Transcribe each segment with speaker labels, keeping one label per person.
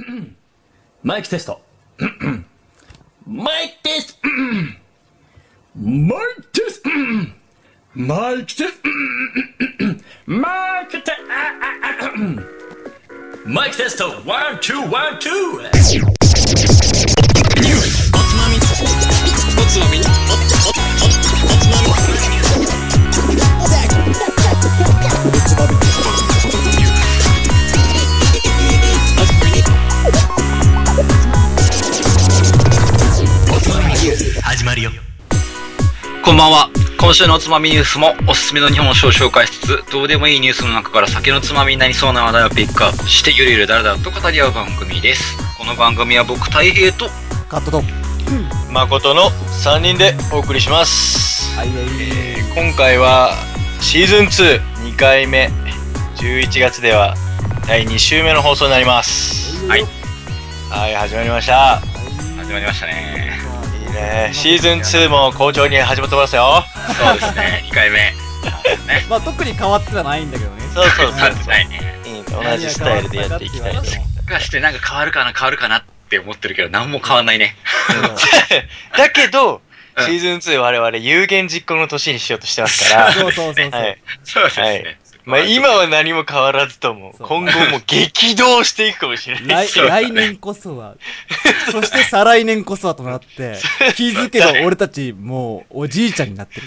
Speaker 1: マイクテスト。マイクテスト。マイクテスト。マイクテスト。マイクテスト。マイクテスト。ワン、ツー、ワン、ツー。ニュース。おつまみ。おつまみ。始まるよ。
Speaker 2: こんばんは。今週のおつまみニュースもおすすめの日本酒を紹介しつつ、どうでもいいニュースの中から酒のつまみになりそうな話題をピックアップしてゆるゆるだらだらと語り合う番組です。この番組は僕たい平と
Speaker 3: カットと
Speaker 4: 誠の3人でお送りします。今回はシーズン2回目、11月では第2週目の放送になります。
Speaker 2: はい、
Speaker 4: 始まりました。
Speaker 2: 始まりましたね。
Speaker 4: いいね。シーズン2も好調に始まってますよ。
Speaker 2: そうですね、2回目、ね、
Speaker 3: まあ特に変わってはないんだけどね。
Speaker 4: そう
Speaker 2: ないね。
Speaker 4: 同じスタイルでやっていきたいと。
Speaker 2: かしてなんか変わるかなって思ってるけど、何も変わんないね。
Speaker 4: だけどシーズン2我々有言実行の年にしようとしてますから。
Speaker 3: そう。
Speaker 2: そうですね。
Speaker 4: まあ今は何も変わらずとも、今後も激動していくかもしれない。
Speaker 3: 来年こそは、そして再来年こそはとなって、気づけば俺たちもうおじいちゃんになってる。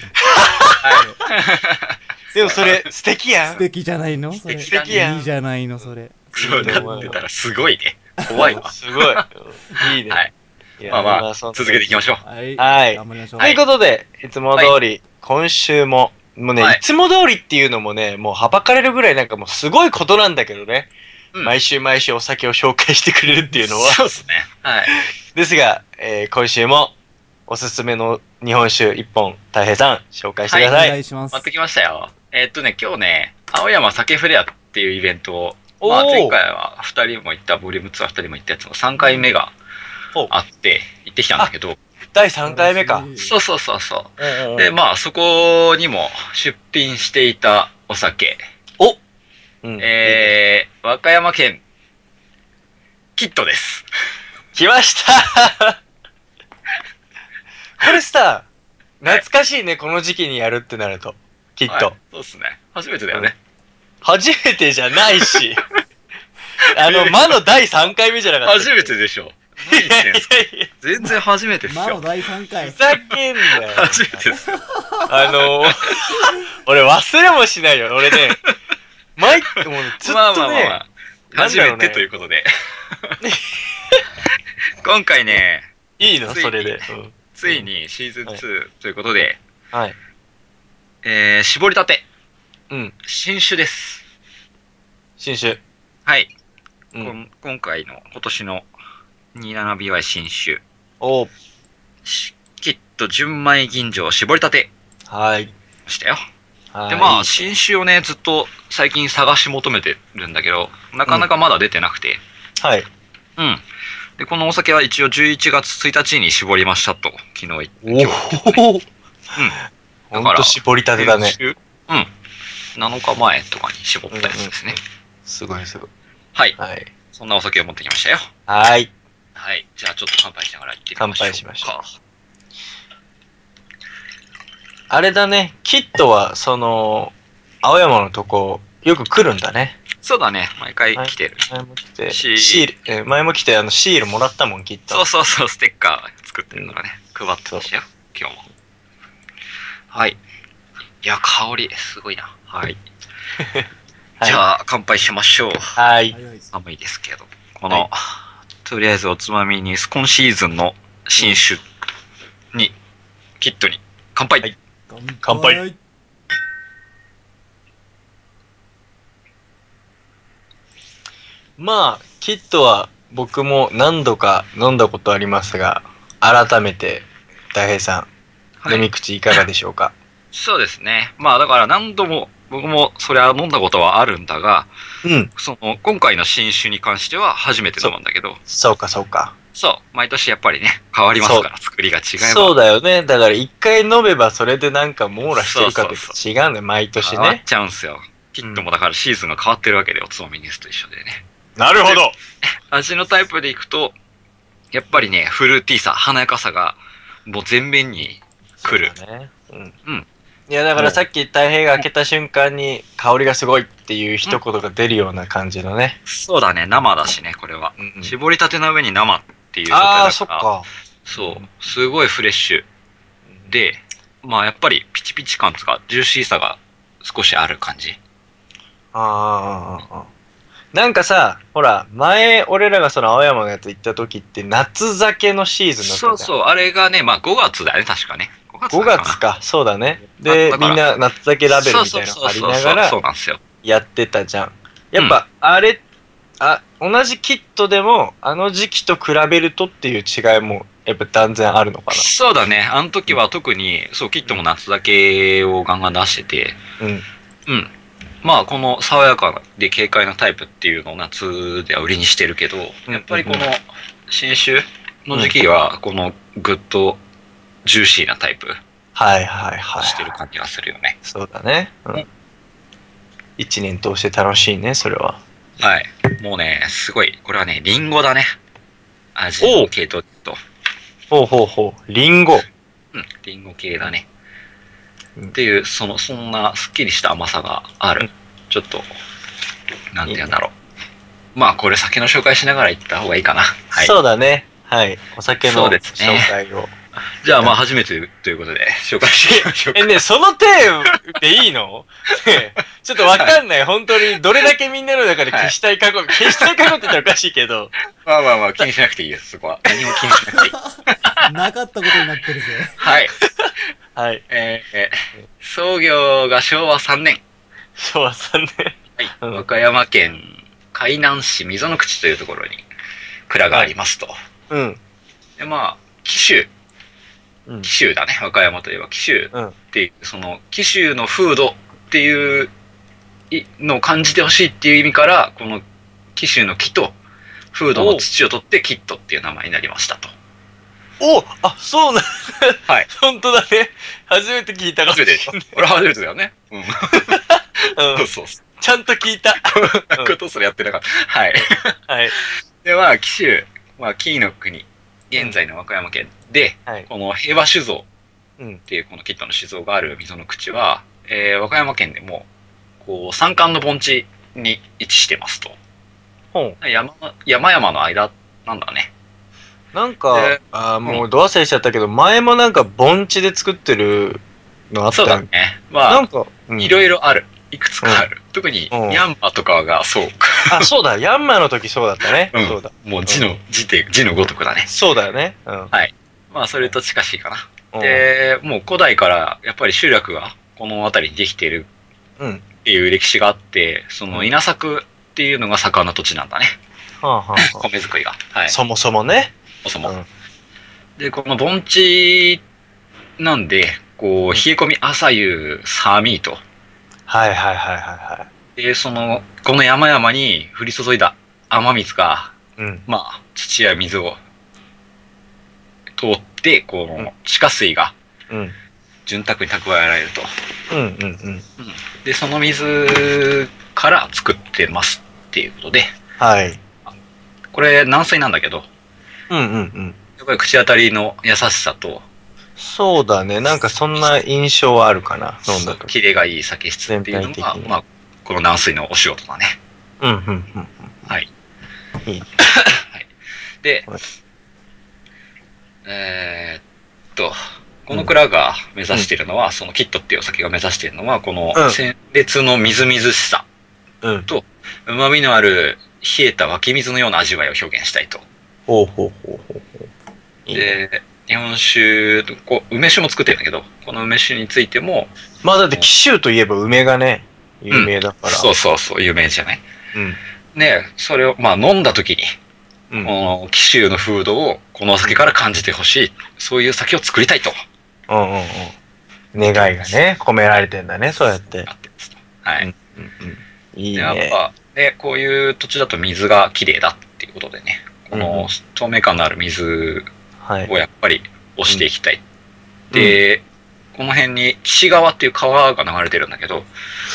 Speaker 4: でもそれ素敵やん。
Speaker 3: 素敵じゃないのそれ。
Speaker 4: 素敵やん。
Speaker 3: いいじゃないのそれ。
Speaker 2: そうなってたらすごいね。怖いわ。
Speaker 4: すごい。いいね。
Speaker 2: はい。まあ続けていきましょう。
Speaker 3: はい。
Speaker 4: 頑張りましょう。ということで、いつも通り、今週も、もうね、いつも通りっていうのもね、もうはばかれるぐらいなんかもうすごいことなんだけどね。毎週お酒を紹介してくれるっていうのは。
Speaker 2: そうですね。はい。
Speaker 4: ですが、今週もおすすめの日本酒1本、たい平さん、紹介してください。
Speaker 3: お願いします。
Speaker 2: 持ってきましたよ。今日ね、青山酒フレアっていうイベントを、まあ前回は2人も行った、ボリューム2は2人も行ったやつの3回目があって、行ってきたんだけど、
Speaker 4: 第3回目か。
Speaker 2: そう。で、まあそこにも出品していたお酒。和歌山県、キットです。
Speaker 4: 来ましたこれさ、懐かしいね、この時期にやるってなると。きっと。
Speaker 2: そうっすね。初めてだよね。
Speaker 4: 初めてじゃないし。魔の第3回目じゃなかった。
Speaker 2: 初めてでしょ。全然初めてっすよ。
Speaker 3: 魔の第3回。
Speaker 4: ふざけんなよ。
Speaker 2: 初めてっすよ。
Speaker 4: 俺忘れもしないよ。俺ね、もうずっとね、
Speaker 2: 初めてということで。今回ね、
Speaker 4: いいのそれで。
Speaker 2: ついにシーズン2ということで、
Speaker 4: はい。
Speaker 2: 絞りたて。
Speaker 4: うん。
Speaker 2: 新酒です。
Speaker 4: 新酒。
Speaker 2: はい。今回の、今年の 27BY 新酒。キット純米吟醸絞りたて。
Speaker 4: はい。
Speaker 2: したよ。で、まあ、新酒をね、ずっと最近探し求めてるんだけど、なかなかまだ出てなくて。
Speaker 4: はい。
Speaker 2: で、このお酒は一応11月1日に絞りましたと、昨日言って。
Speaker 4: ほんと絞りたてだね。
Speaker 2: 7日前とかに絞ったやつですね。
Speaker 4: すごい。
Speaker 2: はい。そんなお酒を持ってきましたよ。
Speaker 4: はい。
Speaker 2: じゃあちょっと乾杯しながら行ってみましょう。乾杯しましょう。
Speaker 4: あれだね、キットは、青山のとこ、よく来るんだね。
Speaker 2: そうだね、毎回来てる。
Speaker 4: 前も来て、シール、前も来て、シールもらったもん、キット。
Speaker 2: そう、ステッカー作ってるのがね、配ってましたよ、今日も。はい。いや、香り、すごいな。はい。じゃあ、乾杯しましょう。
Speaker 4: はい。
Speaker 2: 寒いですけど。この、とりあえずおつまみに、今シーズンの新酒に、キットに、乾杯。
Speaker 4: 乾杯。まあ、キットは僕も何度か飲んだことありますが、改めて、大平さん、飲み口いかがでしょうか？
Speaker 2: そうですね。まあだから何度も、僕もそりゃ飲んだことはあるんだが、今回の新酒に関しては初めて飲むんだけど。
Speaker 4: そうか。
Speaker 2: そう、毎年やっぱりね、変わりますから、作りが違えば。
Speaker 4: そうだよね。だから一回飲めばそれでなんか網羅してるかって違うんだよ、毎年ね。
Speaker 2: 変わっちゃうんすよ。キットもだからシーズンが変わってるわけで、おつまみニュースと一緒でね。
Speaker 4: なるほど。
Speaker 2: 味のタイプでいくと、やっぱりね、フルーティーさ、華やかさが、もう全面に来る。
Speaker 4: そうだね。うん。
Speaker 2: うん。
Speaker 4: いや、だからさっき太平が開けた瞬間に香りがすごいっていう一言が出るような感じのね。
Speaker 2: そうだね、生だしね、これは。
Speaker 4: うんうん、
Speaker 2: 絞りたての上に生っていう状態だから。
Speaker 4: ああ、そっか。
Speaker 2: そう。すごいフレッシュ。で、まあやっぱりピチピチ感とかジューシーさが少しある感じ。
Speaker 4: なんかさ、ほら、前、俺らがその青山のやつ行った時って夏酒のシーズンだったじゃん。
Speaker 2: そうそう、あれがね、まあ5月だよね、確かね。
Speaker 4: 5月か、そうだね。で、みんな夏酒ラベルみたいなのありながら、やってたじゃん。やっぱ、あれ、同じキットでも、あの時期と比べるとっていう違いも、やっぱ断然あるのかな。
Speaker 2: そうだね、あの時は特に、そう、キットも夏酒をガンガン出してて、うん。まあ、この爽やかで軽快なタイプっていうのを夏では売りにしてるけど、やっぱりこの新酒の時期は、このグッドジューシーなタイプしてる感じがするよね。
Speaker 4: そうだね。一年通して楽しいね、それは。
Speaker 2: はい。もうね、すごい。これはね、リンゴだね。味の系統と。
Speaker 4: リンゴ。
Speaker 2: うん、リンゴ系だね。っていう、そんなスッキリした甘さがある。ちょっと、なんて言うんだろう。まあ、これ酒の紹介しながら行った方がいいかな。はい。
Speaker 4: そうだね。はい。お酒の紹介を。
Speaker 2: じゃあまあ初めてということで紹介していきましょうか。
Speaker 4: ね、その手でいいのちょっとわかんない。本当にどれだけみんなの中で消したい過去、消したい過去って言ったらおかしいけど。
Speaker 2: まあ気にしなくていいです、そこは。何も気にしなくていい。
Speaker 3: なかったことになってるぜ。
Speaker 2: はい。
Speaker 4: はい。
Speaker 2: 創業が昭和3年。
Speaker 4: 昭和3年。
Speaker 2: はい。和歌山県海南市溝の口というところに蔵がありますと。
Speaker 4: うん。
Speaker 2: で、まあ、紀州だね。和歌山といえば紀州っていう、その紀州の風土っていうのを感じてほしいっていう意味から、この紀州の木と風土の土を取ってキットっていう名前になりましたと。
Speaker 4: そうなん
Speaker 2: はい。
Speaker 4: 本当だね。初めて聞いた
Speaker 2: 初めてでしょ。俺初めてだよね。うん。そう。
Speaker 4: ちゃんと聞いた。
Speaker 2: こんなことすらやってなかった。はい。
Speaker 4: はい。
Speaker 2: で、まあ、紀州、まあ、紀伊の国、現在の和歌山県で、この平和酒造っていうこのキットの酒造がある溝の口は、和歌山県でも、こう、山間の盆地に位置してますと。山々の間なんだね。
Speaker 4: なんか、もうど忘れしちゃったけど、前もなんか盆地で作ってるのあったよね。
Speaker 2: そうだね。まあ、
Speaker 4: なんか、
Speaker 2: いろいろある。いくつかある。特に、ヤンマとかがそう。
Speaker 4: そうだ、ヤンマの時そうだったね。そうだ。
Speaker 2: もう字のごとくだね。
Speaker 4: そうだよね。
Speaker 2: はい。まあ、それと近しいかな。で、もう古代からやっぱり集落がこの辺りにできているっていう歴史があって、その稲作っていうのが盛んな土地なんだね。米作りが。はい。
Speaker 4: そもそもね。
Speaker 2: で、この盆地なんで、こう、冷え込み朝夕寒いと。で、この山々に降り注いだ雨水が、まあ、土や水を通って、この地下水が、潤沢に蓄えられると。で、その水から作ってますっていうことで、これ軟水なんだけど、やっぱり口当たりの優しさと、
Speaker 4: そうだね。なんかそんな印象はあるかな。飲んだと。
Speaker 2: キレがいい酒質っていうのが、まあ、この軟水のお仕事だね。はい。
Speaker 4: いい。
Speaker 2: で、この蔵が目指しているのは、そのキットっていうお酒が目指しているのは、この鮮烈のみずみずしさと、旨味のある冷えた湧き水のような味わいを表現したいと。で、日本酒、梅酒も作ってるんだけど、この梅酒についても、
Speaker 4: まあだって紀州といえば梅がね、有名だから。
Speaker 2: そう、有名じゃない。で、それを、まあ飲んだ時に、この紀州の風土をこのお酒から感じてほしい。そういう酒を作りたいと。
Speaker 4: 願いがね、込められてんだね、そうやって。
Speaker 2: はい。
Speaker 4: いいね。
Speaker 2: やっぱ、で、こういう土地だと水がきれいだっていうことでね、この透明感のある水をやっぱり押していきたい。で、この辺に岸川っていう川が流れてるんだけど、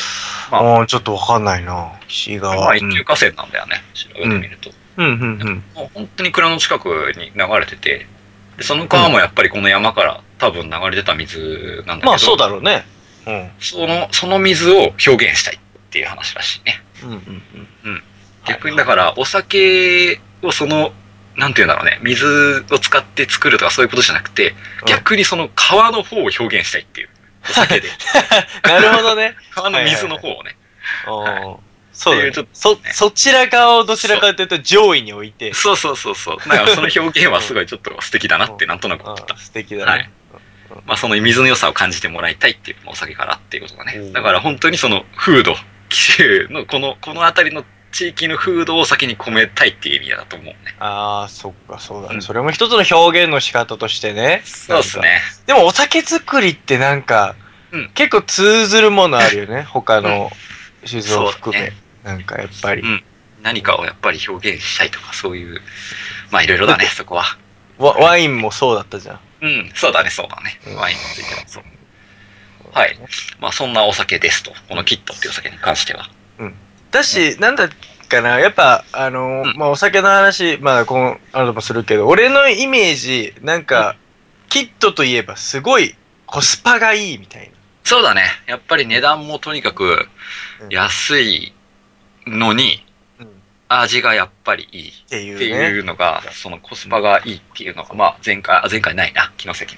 Speaker 4: ちょっとわかんないな。岸川。
Speaker 2: まあ一級河川なんだよね。調べてみると。もう本当に蔵の近くに流れてて、でその川もやっぱりこの山から多分流れ出た水なんだけど。
Speaker 4: まあそうだろうね。
Speaker 2: その水を表現したいっていう話らしいね。逆にだからお酒をなんていうんだろうね、水を使って作るとかそういうことじゃなくて、逆にその川の方を表現したいっていう。お酒で。
Speaker 4: なるほどね。
Speaker 2: 川の水の方をね。
Speaker 4: そうだね。そちら側をどちらかというと上位に置いて。
Speaker 2: そう。なんかその表現はすごいちょっと素敵だなってなんとなく思った。
Speaker 4: 素敵だね。
Speaker 2: まあその水の良さを感じてもらいたいっていうお酒からっていうことだね。だから本当にその風土、紀州のこの辺りの地域の風土を先に込めたいっていう意味だと思うね。
Speaker 4: ああ、そっか、そうだね。それも一つの表現の仕方としてね。
Speaker 2: そうですね。
Speaker 4: でもお酒作りってなんか、結構通ずるものあるよね。他の酒造を含め。なんかやっぱり。
Speaker 2: 何かをやっぱり表現したいとか、そういう、まあいろいろだね、そこは。
Speaker 4: ワインもそうだったじゃん。
Speaker 2: そうだね。ワインについてもそう。はい。まあそんなお酒ですと。このキットっていうお酒に関しては。
Speaker 4: だし、なんだかな、やっぱ、まあ、お酒の話、まあ、あるもするけど、俺のイメージ、なんか、キットといえばすごいコスパがいいみたいな。
Speaker 2: そうだね。やっぱり値段もとにかく安いのに、味がやっぱりいいっていうのが、そのコスパがいいっていうのが、まあ、前回ないな。気のせい。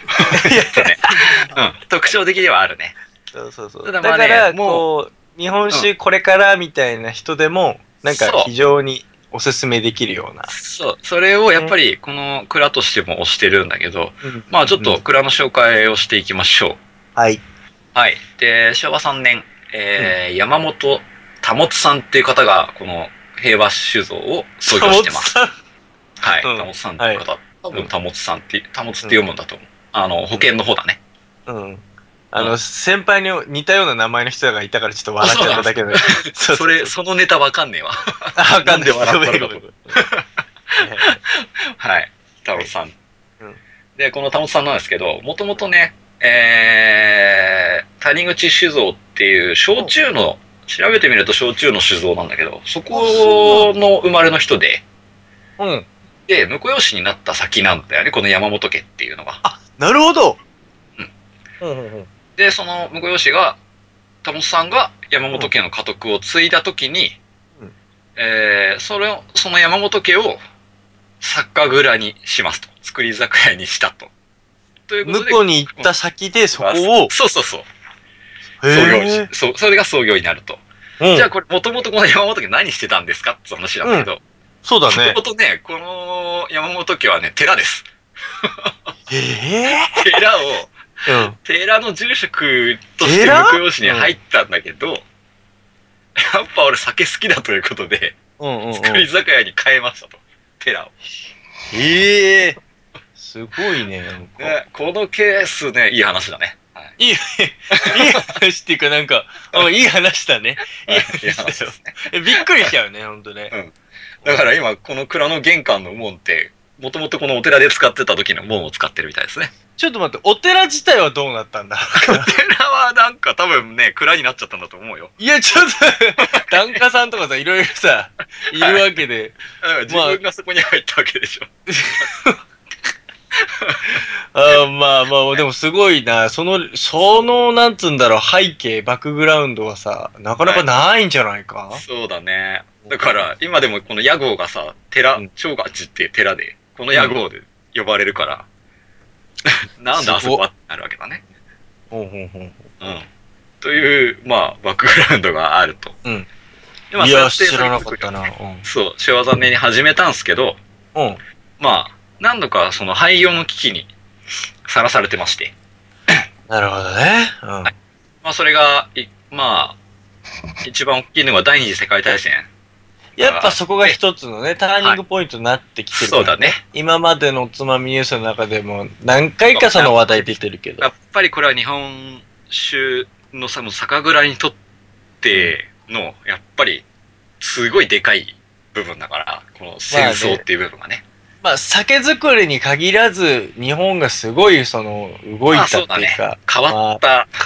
Speaker 2: 特徴的ではあるね。
Speaker 4: そう。だから、こう、日本酒これからみたいな人でも、なんか非常におすすめできるような。
Speaker 2: そう。それをやっぱりこの蔵としても推してるんだけど、まあちょっと蔵の紹介をしていきましょう。
Speaker 4: はい。
Speaker 2: で、昭和3年、山本保さんっていう方がこの平和酒造を創業してます。はい。保さんっていう方。多分保さんって、保って読むんだと思う。保険の方だね。
Speaker 4: 先輩に似たような名前の人がいたからちょっと笑っちゃっただけで。
Speaker 2: そのネタわかんねえわ。
Speaker 4: わかんねえわ。
Speaker 2: はい。タモさん。で、このタモさんなんですけど、もともとね、谷口酒造っていう焼酎の、調べてみると焼酎の酒造なんだけど、そこの生まれの人で、で、婿養子になった先なんだよね、この山本家っていうのが。
Speaker 4: あ、なるほど。
Speaker 2: で、その婿養子が、タモさんが山本家の家督を継いだときに、その山本家を酒蔵にしますと。造り酒屋にしたと。ということで。
Speaker 4: 婿に行った先でそこを。
Speaker 2: そう。創業それが創業になると。じゃあこれ、もともとこの山本家何してたんですかって話なんだけど。
Speaker 4: そうだね。
Speaker 2: もともとね、この山本家はね、寺です。寺の住職として婿養子に入ったんだけど、やっぱ俺酒好きだということで、造り酒屋に変えましたと、寺を。
Speaker 4: すごいね。
Speaker 2: このケースね、いい話だね。
Speaker 4: いい話っていうかなんか、いい話だね。いい話だよ。びっくりしちゃうね、ほんとね。
Speaker 2: だから今、この蔵の玄関の門って、もともとこのお寺で使ってた時の門を使ってるみたいですね。
Speaker 4: ちょっと待って、お寺自体はどうなったんだ
Speaker 2: ろうお寺はなんか多分ね、蔵になっちゃったんだと思うよ。
Speaker 4: いや、ちょっと、檀家さんとかさ、いろいろさ、いるわけで。
Speaker 2: 自分がそこに入ったわけでしょ。
Speaker 4: まあ、でもすごいな。その、なんつうんだろう、背景、バックグラウンドはさ、なかなかないんじゃないか、
Speaker 2: そうだね。だから、今でもこの屋号がさ、長勝寺っていう寺で、この屋号で呼ばれるから、なんであそこはってなるわけだね。という、まあ、バックグラウンドがあると。
Speaker 4: いや、知らなかったな。
Speaker 2: そう、昭和3年に始めたんすけど、まあ、何度かその廃業の危機にさらされてまして。
Speaker 4: なるほどね。
Speaker 2: まあ、それが、まあ、一番大きいのが第二次世界大戦。
Speaker 4: やっぱそこが一つのね、ターニングポイントになってきてるから、
Speaker 2: そうだね。
Speaker 4: 今までのおつまみニュースの中でも何回かその話題出てるけど。
Speaker 2: やっぱりこれは日本酒の酒蔵にとっての、やっぱりすごいでかい部分だから、この戦争っていう部分がね。
Speaker 4: まあ、酒造りに限らず、日本がすごい動いたっていうか、
Speaker 2: 変わった。
Speaker 4: 変わっ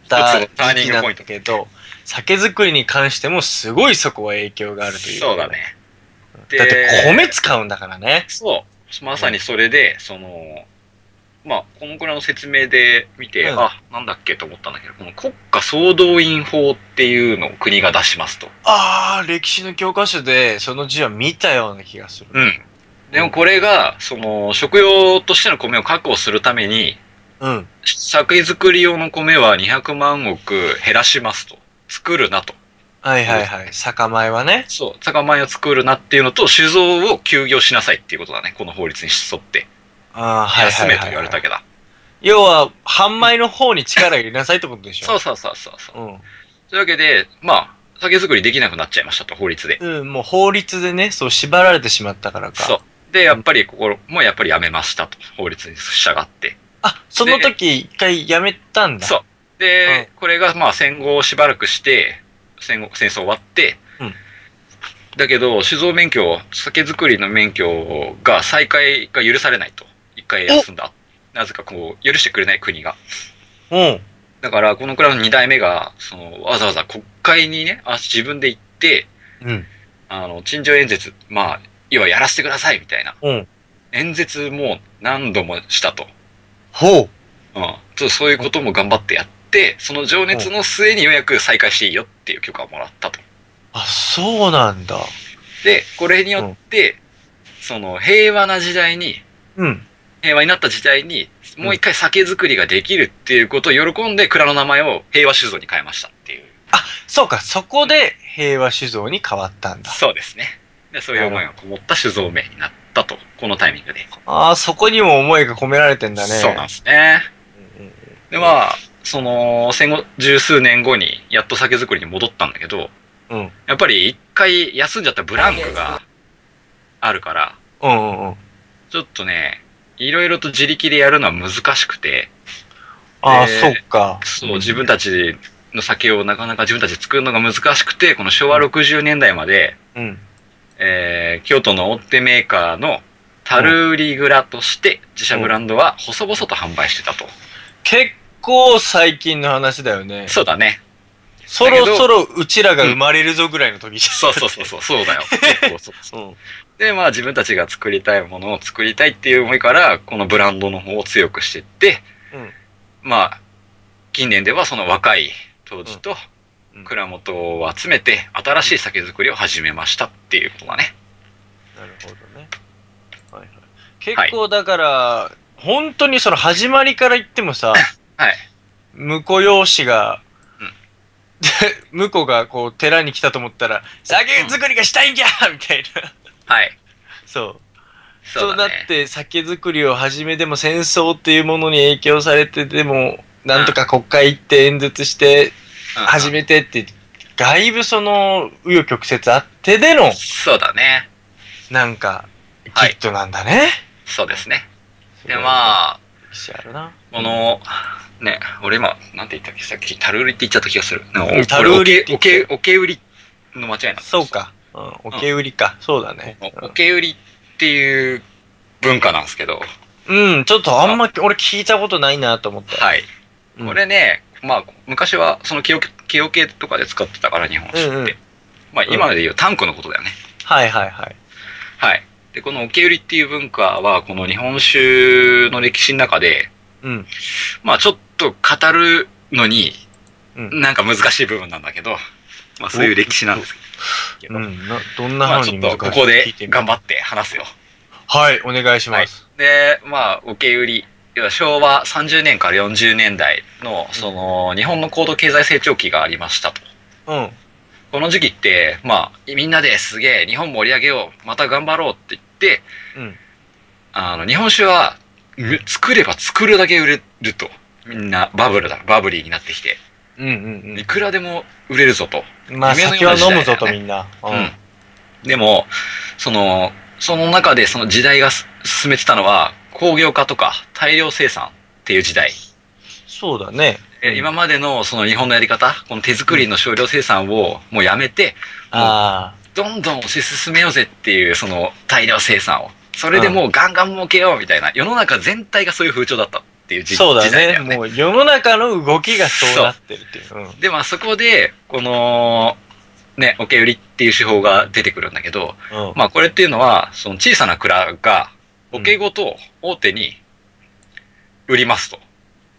Speaker 4: た
Speaker 2: 一つのターニングポイント
Speaker 4: 時期なんだけど、酒造りに関してもすごいそこは影響があるという。
Speaker 2: そうだね。
Speaker 4: だって米使うんだからね。
Speaker 2: そう。まさにそれで、まあ、このくらいの説明で見て、なんだっけと思ったんだけど、この国家総動員法っていうのを国が出しますと。
Speaker 4: 歴史の教科書でその字は見たような気がする。
Speaker 2: うん。でもこれが、食用としての米を確保するために、酒造り用の米は200万石減らしますと。作るなと。
Speaker 4: はいはいはい。酒米はね。
Speaker 2: そう。酒米を作るなっていうのと、酒造を休業しなさいっていうことだね。この法律に沿って。休めと言われたわけだ。
Speaker 4: 要は、販売の方に力入れなさいってことでしょ。
Speaker 2: そう。というわけで、まあ、酒造りできなくなっちゃいましたと、法律で。
Speaker 4: もう法律でね、そう縛られてしまったからか。
Speaker 2: そう。で、やっぱりやっぱりやめましたと、法律に従って。
Speaker 4: その時一回やめたんだ。
Speaker 2: そう。で、これがまあ戦後しばらくして、戦争終わって、だけど、酒造免許、酒造りの免許が再開が許されないと。一回休んだ。なぜか許してくれない国が。だから、このくらいの2代目が、わざわざ国会にね、自分で行って、陳情演説、まあ、要はやらせてくださいみたいな。演説も何度もしたと。そういうことも頑張ってやって、その情熱の末にようやく再開していいよっていう許可をもらったと。
Speaker 4: そうなんだ。
Speaker 2: で、これによって、平和な時代に、平和になった時代に、もう一回酒造りができるっていうことを喜んで、蔵の名前を平和酒造に変えましたっていう。
Speaker 4: そうか、そこで平和酒造に変わったんだ。
Speaker 2: そうですね。で、そういう思いがこもった酒造名になったと、このタイミングで。
Speaker 4: そこにも思いが込められてんだね。
Speaker 2: そうなんですね。で、まあ、戦後十数年後に、やっと酒造りに戻ったんだけど、やっぱり一回休んじゃったブランクがあるから、ちょっとね、いろいろと自力でやるのは難しくて、
Speaker 4: そうか。
Speaker 2: そう、自分たちの酒をなかなか自分たちで作るのが難しくて、この昭和60年代まで、京都の大手メーカーの樽売り蔵として自社ブランドは細々と販売してたと。
Speaker 4: 結構最近の話だよね。
Speaker 2: そうだね。
Speaker 4: そろそろうちらが生まれるぞぐらいの時じゃん。
Speaker 2: そうだよ。結構そう。で、まあ自分たちが作りたいものを作りたいっていう思いから、このブランドの方を強くしていって、まあ、近年ではその若い当時と蔵元を集めて、新しい酒造りを始めましたっていうことだね。
Speaker 4: なるほどね。結構だから、本当にその始まりから言ってもさ、婿養子が、婿が寺に来たと思ったら、酒造りがしたいんじゃみたいな。そうなって、酒造りを始めても戦争っていうものに影響されてでも、なんとか国会行って演説して、始めてって、だいぶ紆余曲折あってでの、
Speaker 2: そうだね。
Speaker 4: なんか、キットなんだね。
Speaker 2: そうですね。で、まあ、ね、俺今、なんて言ったっけ、さっき、樽売りって言っちゃった気がする。
Speaker 4: 樽売り
Speaker 2: おけ売りの間違いなんだ。
Speaker 4: そうか。おけ売りか。そうだね。
Speaker 2: おけ売りっていう文化なんですけど。
Speaker 4: ちょっとあんま俺聞いたことないなと思って。
Speaker 2: これね、まあ、昔は、木桶とかで使ってたから、日本酒って。まあ、今で言うタンクのことだよね。で、このおけ売りっていう文化は、この日本酒の歴史の中で、まあちょっと語るのに、なんか難しい部分なんだけど、まあそういう歴史なんですけど。
Speaker 4: どんな風に難しい？
Speaker 2: まあちょっとここで頑張って話すよ。
Speaker 4: はい、お願いします。
Speaker 2: で、まあ、おけ売り、昭和30年から40年代の、日本の高度経済成長期がありましたと。この時期って、まあ、みんなですげえ、日本盛り上げよう、また頑張ろうって言って、日本酒は、作れば作るだけ売れると。みんなバブリーになってきて。いくらでも売れるぞと。
Speaker 4: まあ、酒は飲むぞとみんな。
Speaker 2: でも、その中でその時代が進めてたのは、工業化とか大量生産っていう時代。
Speaker 4: そうだね。
Speaker 2: 今までのその日本のやり方、この手作りの少量生産をもうやめて、どんどん推し進めようぜっていうその大量生産を。それでもうガンガン儲けようみたいな、世の中全体がそういう風潮だった。 っていう
Speaker 4: そうだね。
Speaker 2: 時代だよね。
Speaker 4: もう世の中の動きがそうなってるっていう。
Speaker 2: で、まあそこで、この、ね、桶売りっていう手法が出てくるんだけど、まあこれっていうのは、その小さな蔵が、桶ごと大手に売りますと。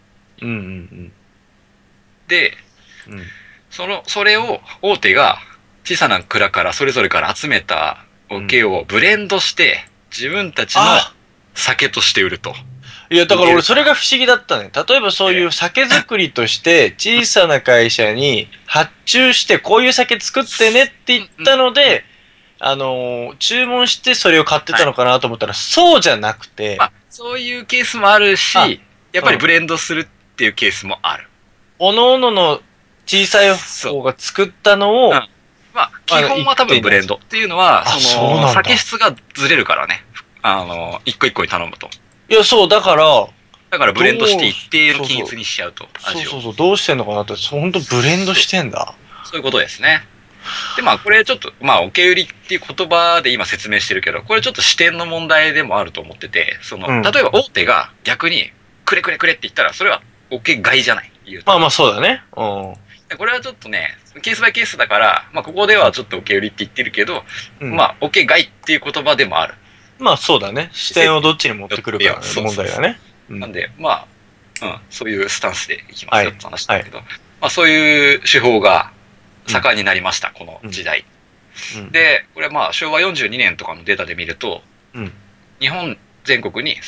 Speaker 2: で、それを大手が小さな蔵からそれぞれから集めた桶をブレンドして、自分たちの酒として売ると。
Speaker 4: いや、だから俺それが不思議だったね。例えばそういう酒造りとして小さな会社に発注してこういう酒作ってねって言ったので、注文してそれを買ってたのかなと思ったら、そうじゃなくて。
Speaker 2: まあ、そういうケースもあるし、やっぱりブレンドするっていうケースもある。
Speaker 4: おのおのの小さい方が作ったのを、
Speaker 2: まあ、基本は多分ブレンドっていうのは、酒質がずれるからね。一個一個に頼むと。
Speaker 4: いや、そう、だから
Speaker 2: ブレンドして一定の均一にしちゃうと。
Speaker 4: そう、どうしてんのかなって、ほんとブレンドしてんだ。
Speaker 2: そういうことですね。で、まあ、これちょっと、まあ、桶売りっていう言葉で今説明してるけど、これちょっと視点の問題でもあると思ってて、例えば大手が逆に、くれって言ったら、それは桶買いじゃない。
Speaker 4: まあ、そうだね。
Speaker 2: これはちょっとね、ケースバイケースだから、まあ、ここではちょっと桶売りって言ってるけど、まあ、桶買いっていう言葉でもある。
Speaker 4: まあそうだね。視点をどっちに持ってくるかの問題だね。
Speaker 2: なんで、まあ、そういうスタンスでいきますよって話だけど、まあそういう手法が盛んになりました、この時代。で、これまあ昭和42年とかのデータで見ると、日本全国に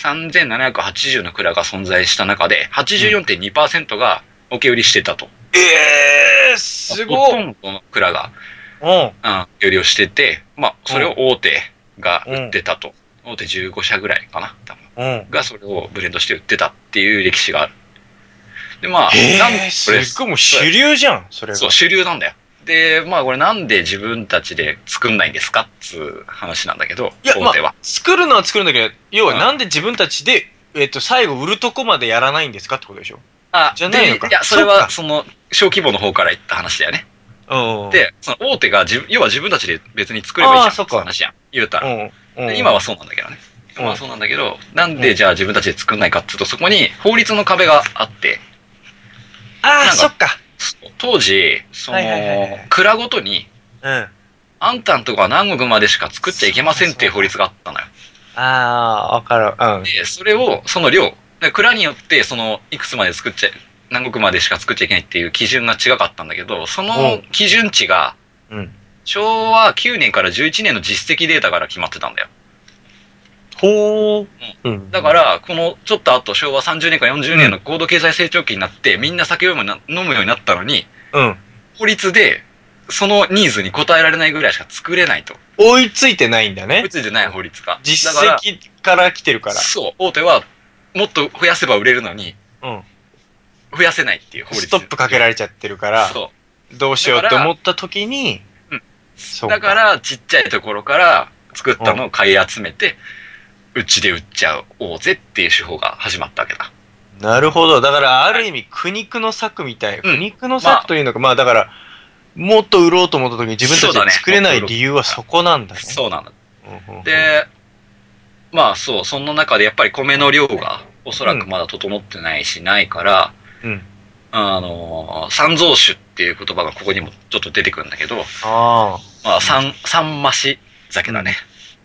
Speaker 2: 3780の蔵が存在した中で、84.2% が桶売りしてたと。
Speaker 4: すごい。
Speaker 2: ほとんどの蔵が、桶売りをしてて、まあそれを大手が売ってたと。大手15社ぐらいかな多分。がそれをブレンドして売ってたっていう歴史がある。で、まあ、
Speaker 4: すっごいもう主流じゃん、それが。
Speaker 2: そう、主流なんだよ。で、まあこれなんで自分たちで作んないんですかっつう話なんだけど、
Speaker 4: いや、まあ、作るのは作るんだけど、要はなんで自分たちで、最後売るとこまでやらないんですかってことでしょ？じゃないのか。
Speaker 2: いや、それは小規模の方から言った話だよね。で、その大手が要は自分たちで別に作ればいいじゃんって話やん。言うたら。今はそうなんだけどね。まあそうなんだけど、なんでじゃあ自分たちで作んないかっていうと、そこに法律の壁があって。
Speaker 4: そっか。
Speaker 2: 当時、蔵ごとに、あんたんとこは何国までしか作っちゃいけませんっていう法律があったのよ。
Speaker 4: わかる。
Speaker 2: で、それを、その量、蔵によって、いくつまで作っちゃ、何国までしか作っちゃいけないっていう基準が違かったんだけど、その基準値が、昭和9年から11年の実績データから決まってたんだよ。だから、このちょっと後、昭和30年から40年の高度経済成長期になって、みんな酒を飲むようになったのに、法律で、そのニーズに応えられないぐらいしか作れないと。
Speaker 4: 追いついてないんだね。
Speaker 2: 追いついてない法律が。
Speaker 4: 実績から来てるから。
Speaker 2: そう。大手は、もっと増やせば売れるのに、増やせないっていう法律。
Speaker 4: ストップかけられちゃってるから、どうしようって思った時に、
Speaker 2: だから、ちっちゃいところから作ったのを買い集めて、うちで売っちゃおうぜっていう手法が始まったわけだ。
Speaker 4: なるほど。だから、ある意味、苦肉の策みたい。苦肉の策というのか、まあだから、もっと売ろうと思った時に自分たちで作れない理由はそこなんだね。
Speaker 2: そうなんだ。で、まあそう、その中でやっぱり米の量がおそらくまだ整ってないし、ないから、三蔵酒っていう言葉がここにもちょっと出てくるんだけど、まあ三増し酒だね。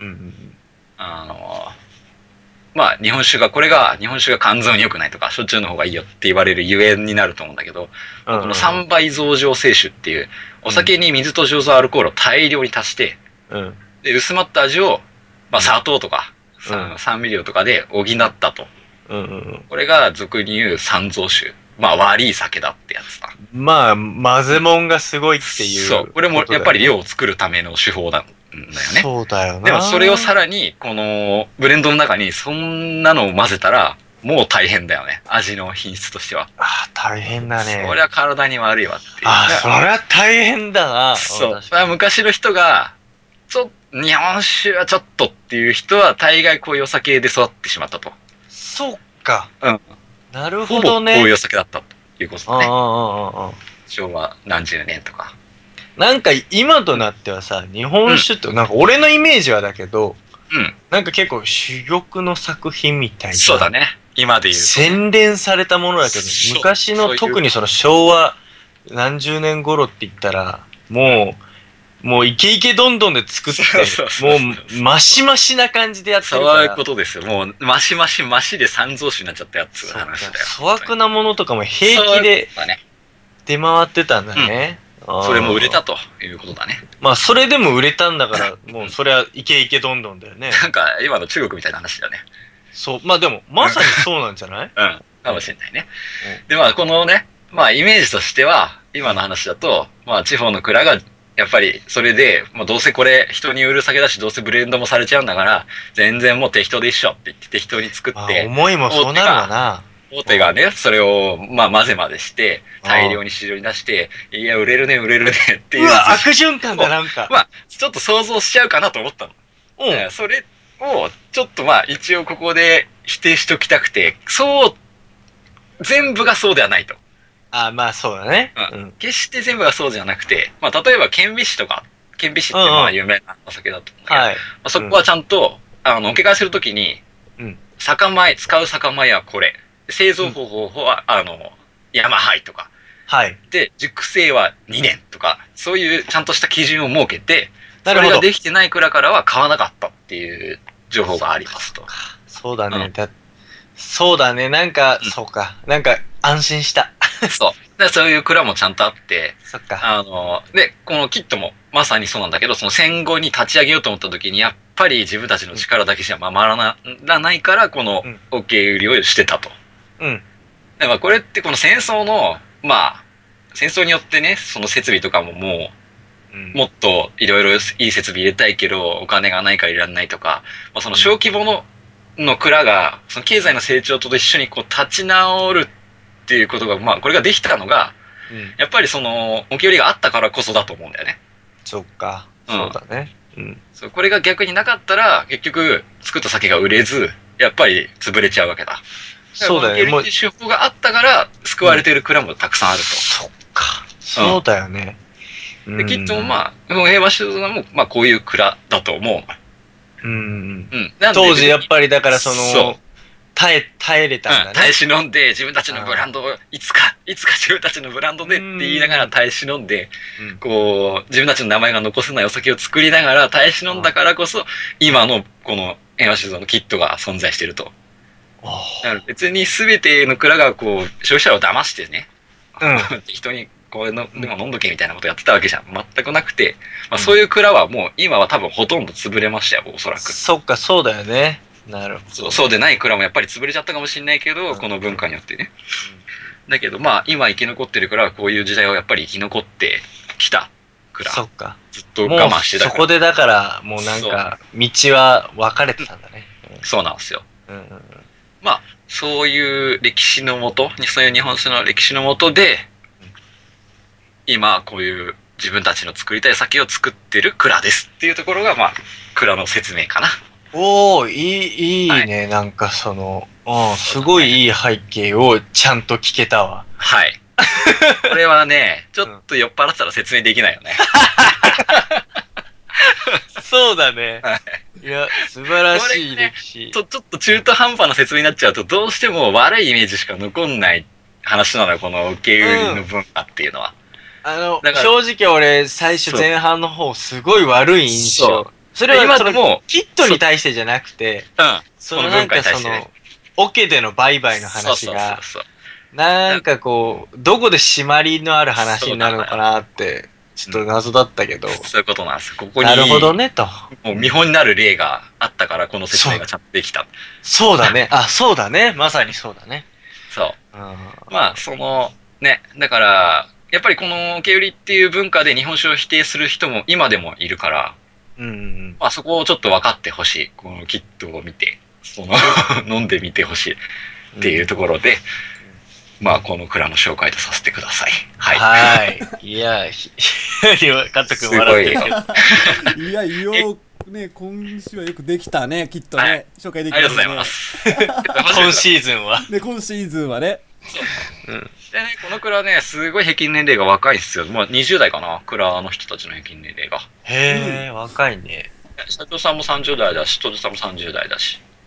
Speaker 2: まあ日本酒が肝臓に良くないとか、焼酎の方がいいよって言われるゆえんになると思うんだけど、この3倍増上清酒っていう、お酒に水と醸造アルコールを大量に足して、で、薄まった味を、まあ砂糖とか、酸味料とかで補ったと。これが俗に言う三蔵酒。まあ悪い酒だってやつだ。
Speaker 4: まあ、混ぜもんがすごいっていう。
Speaker 2: そう。これもやっぱり量を作るための手法だ。だよね。
Speaker 4: そうだよな。
Speaker 2: でもそれをさらに、このブレンドの中にそんなのを混ぜたら、もう大変だよね。味の品質としては。
Speaker 4: 大変だね。
Speaker 2: そりゃ体に悪いわっていう。
Speaker 4: そりゃ大変だな。
Speaker 2: そう。昔の人が、日本酒はちょっとっていう人は大概こういうお酒で育ってしまったと。
Speaker 4: そうか。なるほどね。
Speaker 2: こういうお酒だったということだね。昭和何十年とか。
Speaker 4: なんか今となってはさ、日本酒ってなんか俺のイメージはだけど、なんか結構珠玉の作品みたいな。
Speaker 2: そうだね。 今で言うと。
Speaker 4: 洗練されたものだけど、昔の特にその昭和何十年頃って言ったら、もうイケイケどんどんで作って、もうマシマシな感じでやってるから。
Speaker 2: そういうことですよ。もうマシマシマシで三蔵子になっちゃったやつの話だよ。
Speaker 4: 粗悪なものとかも平気で出回ってたんだね。
Speaker 2: それも売れたということだね。
Speaker 4: まあそれでも売れたんだから、もうそれはイケイケどんどんだよね。
Speaker 2: なんか今の中国みたいな話だね。
Speaker 4: そう。まあでも、まさにそうなんじゃない
Speaker 2: うん。かもしれないね。で、まあこのね、まあイメージとしては、今の話だと、まあ地方の蔵が、やっぱりそれで、まあどうせこれ人に売る酒だし、どうせブレンドもされちゃうんだから、全然もう適当で一緒って言って適当に作って。
Speaker 4: 思いもそうなるわな。
Speaker 2: 大手がね、それを、まあ混ぜ混ぜして、大量に市場に出して、いや、売れるねっていう。
Speaker 4: うわ、悪循環だ、なんか。
Speaker 2: まあ、ちょっと想像しちゃうかなと思ったの。うん。それを、ちょっとまあ、一応ここで否定しときたくて、全部がそうではないと。
Speaker 4: あ、まあそうだね。
Speaker 2: うん。決して全部がそうじゃなくて、まあ、例えば、顕微師とか、顕微師ってまあ、有名なお酒だと思うんだけど、はい。まあ、そこはちゃんと、おけ替えするときに、使う酒米はこれ。製造方法は、ヤマハイとか。
Speaker 4: はい。
Speaker 2: で、熟成は2年とか、そういうちゃんとした基準を設けて、それができてない蔵からは買わなかったっていう情報がありますと。
Speaker 4: そうだね。そうだね。なんか、そうか。なんか、安心した。
Speaker 2: そう。そういう蔵もちゃんとあって、
Speaker 4: そっか。
Speaker 2: で、このキットもまさにそうなんだけど、その戦後に立ち上げようと思った時に、やっぱり自分たちの力だけじゃ守らないから、この受け売りをしてたと。
Speaker 4: うん。
Speaker 2: だからこれってこの戦争の、まあ、戦争によってね、その設備とかももう、もっといろいろいい設備入れたいけど、お金がないからいらないとか、まあ、その小規模の蔵が、その経済の成長と一緒にこう立ち直るっていうことが、まあこれができたのが、やっぱりその、受け売りがあったからこそだと思うんだよね。
Speaker 4: そっか。そうだね。
Speaker 2: そう、これが逆になかったら、結局、作った酒が売れず、やっぱり潰れちゃうわけだ。
Speaker 4: そうだよね。
Speaker 2: もう手法があったから救われている蔵もたくさんあると。
Speaker 4: そっか。そうだよね。
Speaker 2: で、きっとまあ、平和酒造もまあこういう蔵だと思う。
Speaker 4: 当時やっぱりだからその、耐えれたんだね。
Speaker 2: 耐え忍んで自分たちのブランドをいつか自分たちのブランドでって言いながら耐え忍んで、こう、自分たちの名前が残せないお酒を作りながら耐え忍んだからこそ、今のこの平和酒造のキットが存在していると。だから別に全ての蔵がこう消費者を騙してね、人にこういうのでも飲んどけみたいなことやってたわけじゃ全くなくて、まあ、そういう蔵はもう今は多分ほとんど潰れましたよ、おそらく。
Speaker 4: そっか、そうだよね。なるほど。
Speaker 2: そうでない蔵もやっぱり潰れちゃったかもしれないけど、この文化によってね。だけどまあ今生き残ってる蔵はこういう時代をやっぱり生き残ってきた蔵。
Speaker 4: そっか。
Speaker 2: ずっと我慢してたから。
Speaker 4: そこでだからもうなんか道は分かれてたんだね。
Speaker 2: そうなんですよ。まあ、そういう歴史のもと、そういう日本酒の歴史のもとで、今、こういう自分たちの作りたい酒を作ってる蔵ですっていうところが、まあ、蔵の説明かな。
Speaker 4: おー、いいね、なんかその、すごいいい背景をちゃんと聞けたわ。
Speaker 2: はい。これはね、ちょっと酔っ払ってたら説明できないよね。
Speaker 4: そうだね。いや、素晴らしい歴史。
Speaker 2: ちょっと中途半端な説明になっちゃうと、どうしても悪いイメージしか残んない話なのよ、この受け売りの文化っていうのは。
Speaker 4: 正直俺、最初前半の方、すごい悪い印象。それは今でも、キットに対してじゃなくて、そのなんかその、オケでの売買の話が、なんかこう、どこで締まりのある話になるのかなって、ちょっと謎だったけど。
Speaker 2: そういうことなんです。ここに。
Speaker 4: なるほどね、と。
Speaker 2: もう見本になる例があったから、この説明がちゃんとできた。
Speaker 4: そうだね。そうだね。まさにそうだね。
Speaker 2: そう。まあ、ね、だから、やっぱりこの受け売りっていう文化で日本酒を否定する人も今でもいるから、まあそこをちょっと分かってほしい。このキットを見て、飲んでみてほしいっていうところで、まあ、この蔵の紹介とさせてください。
Speaker 4: はい。いや、カット君笑ってるけ
Speaker 3: ど。いや、ね、今週はよくできたね、きっとね。紹介できた、
Speaker 2: ね。ありがとうございます。
Speaker 4: 今シーズンは。
Speaker 3: ね、今シーズンはね。
Speaker 2: でね、この蔵ね、すごい平均年齢が若いんですよ。まあ、20代かな、蔵の人たちの平均年齢が。
Speaker 4: へぇ、若いね。
Speaker 2: 社長さんも30代だし、戸田さんも30代だし。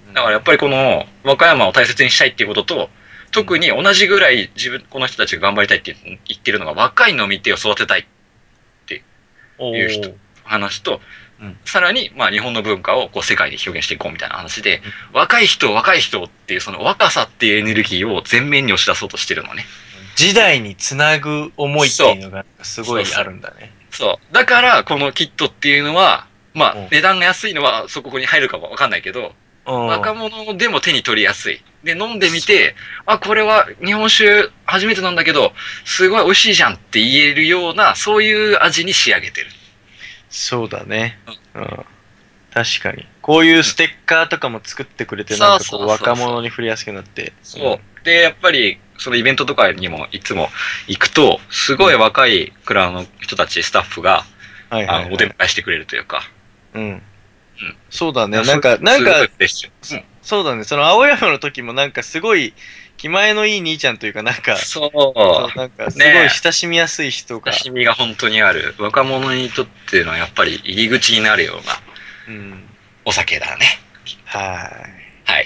Speaker 2: だからやっぱりこの、和歌山を大切にしたいっていうことと、特に同じぐらいこの人たちが頑張りたいって言ってるのが、若い飲み手を育てたいっていう話と、さらに、まあ日本の文化をこう世界で表現していこうみたいな話で、若い人っていうその若さっていうエネルギーを前面に押し出そうとしてるのね。
Speaker 4: 時代につなぐ思いっていうのがすごいあるんだね。
Speaker 2: そう。だから、このキットっていうのは、まあ値段が安いのはそこに入るかもわかんないけど、若者でも手に取りやすい。で、飲んでみて、あ、これは日本酒初めてなんだけど、すごい美味しいじゃんって言えるような、そういう味に仕上げてる。
Speaker 4: そうだね。確かに。こういうステッカーとかも作ってくれて、なんかこう若者に触れやすくなって。
Speaker 2: そう。で、やっぱり、そのイベントとかにもいつも行くと、すごい若いクラの人たち、スタッフが、お出迎えしてくれるというか。
Speaker 4: そうだね。なんか、そうだね。その青山の時もなんかすごい、気前のいい兄ちゃんというかなんか、なんかすごい親しみやすい人が。
Speaker 2: 親しみが本当にある。若者にとってのやっぱり入り口になるような、お酒だね。
Speaker 4: はい。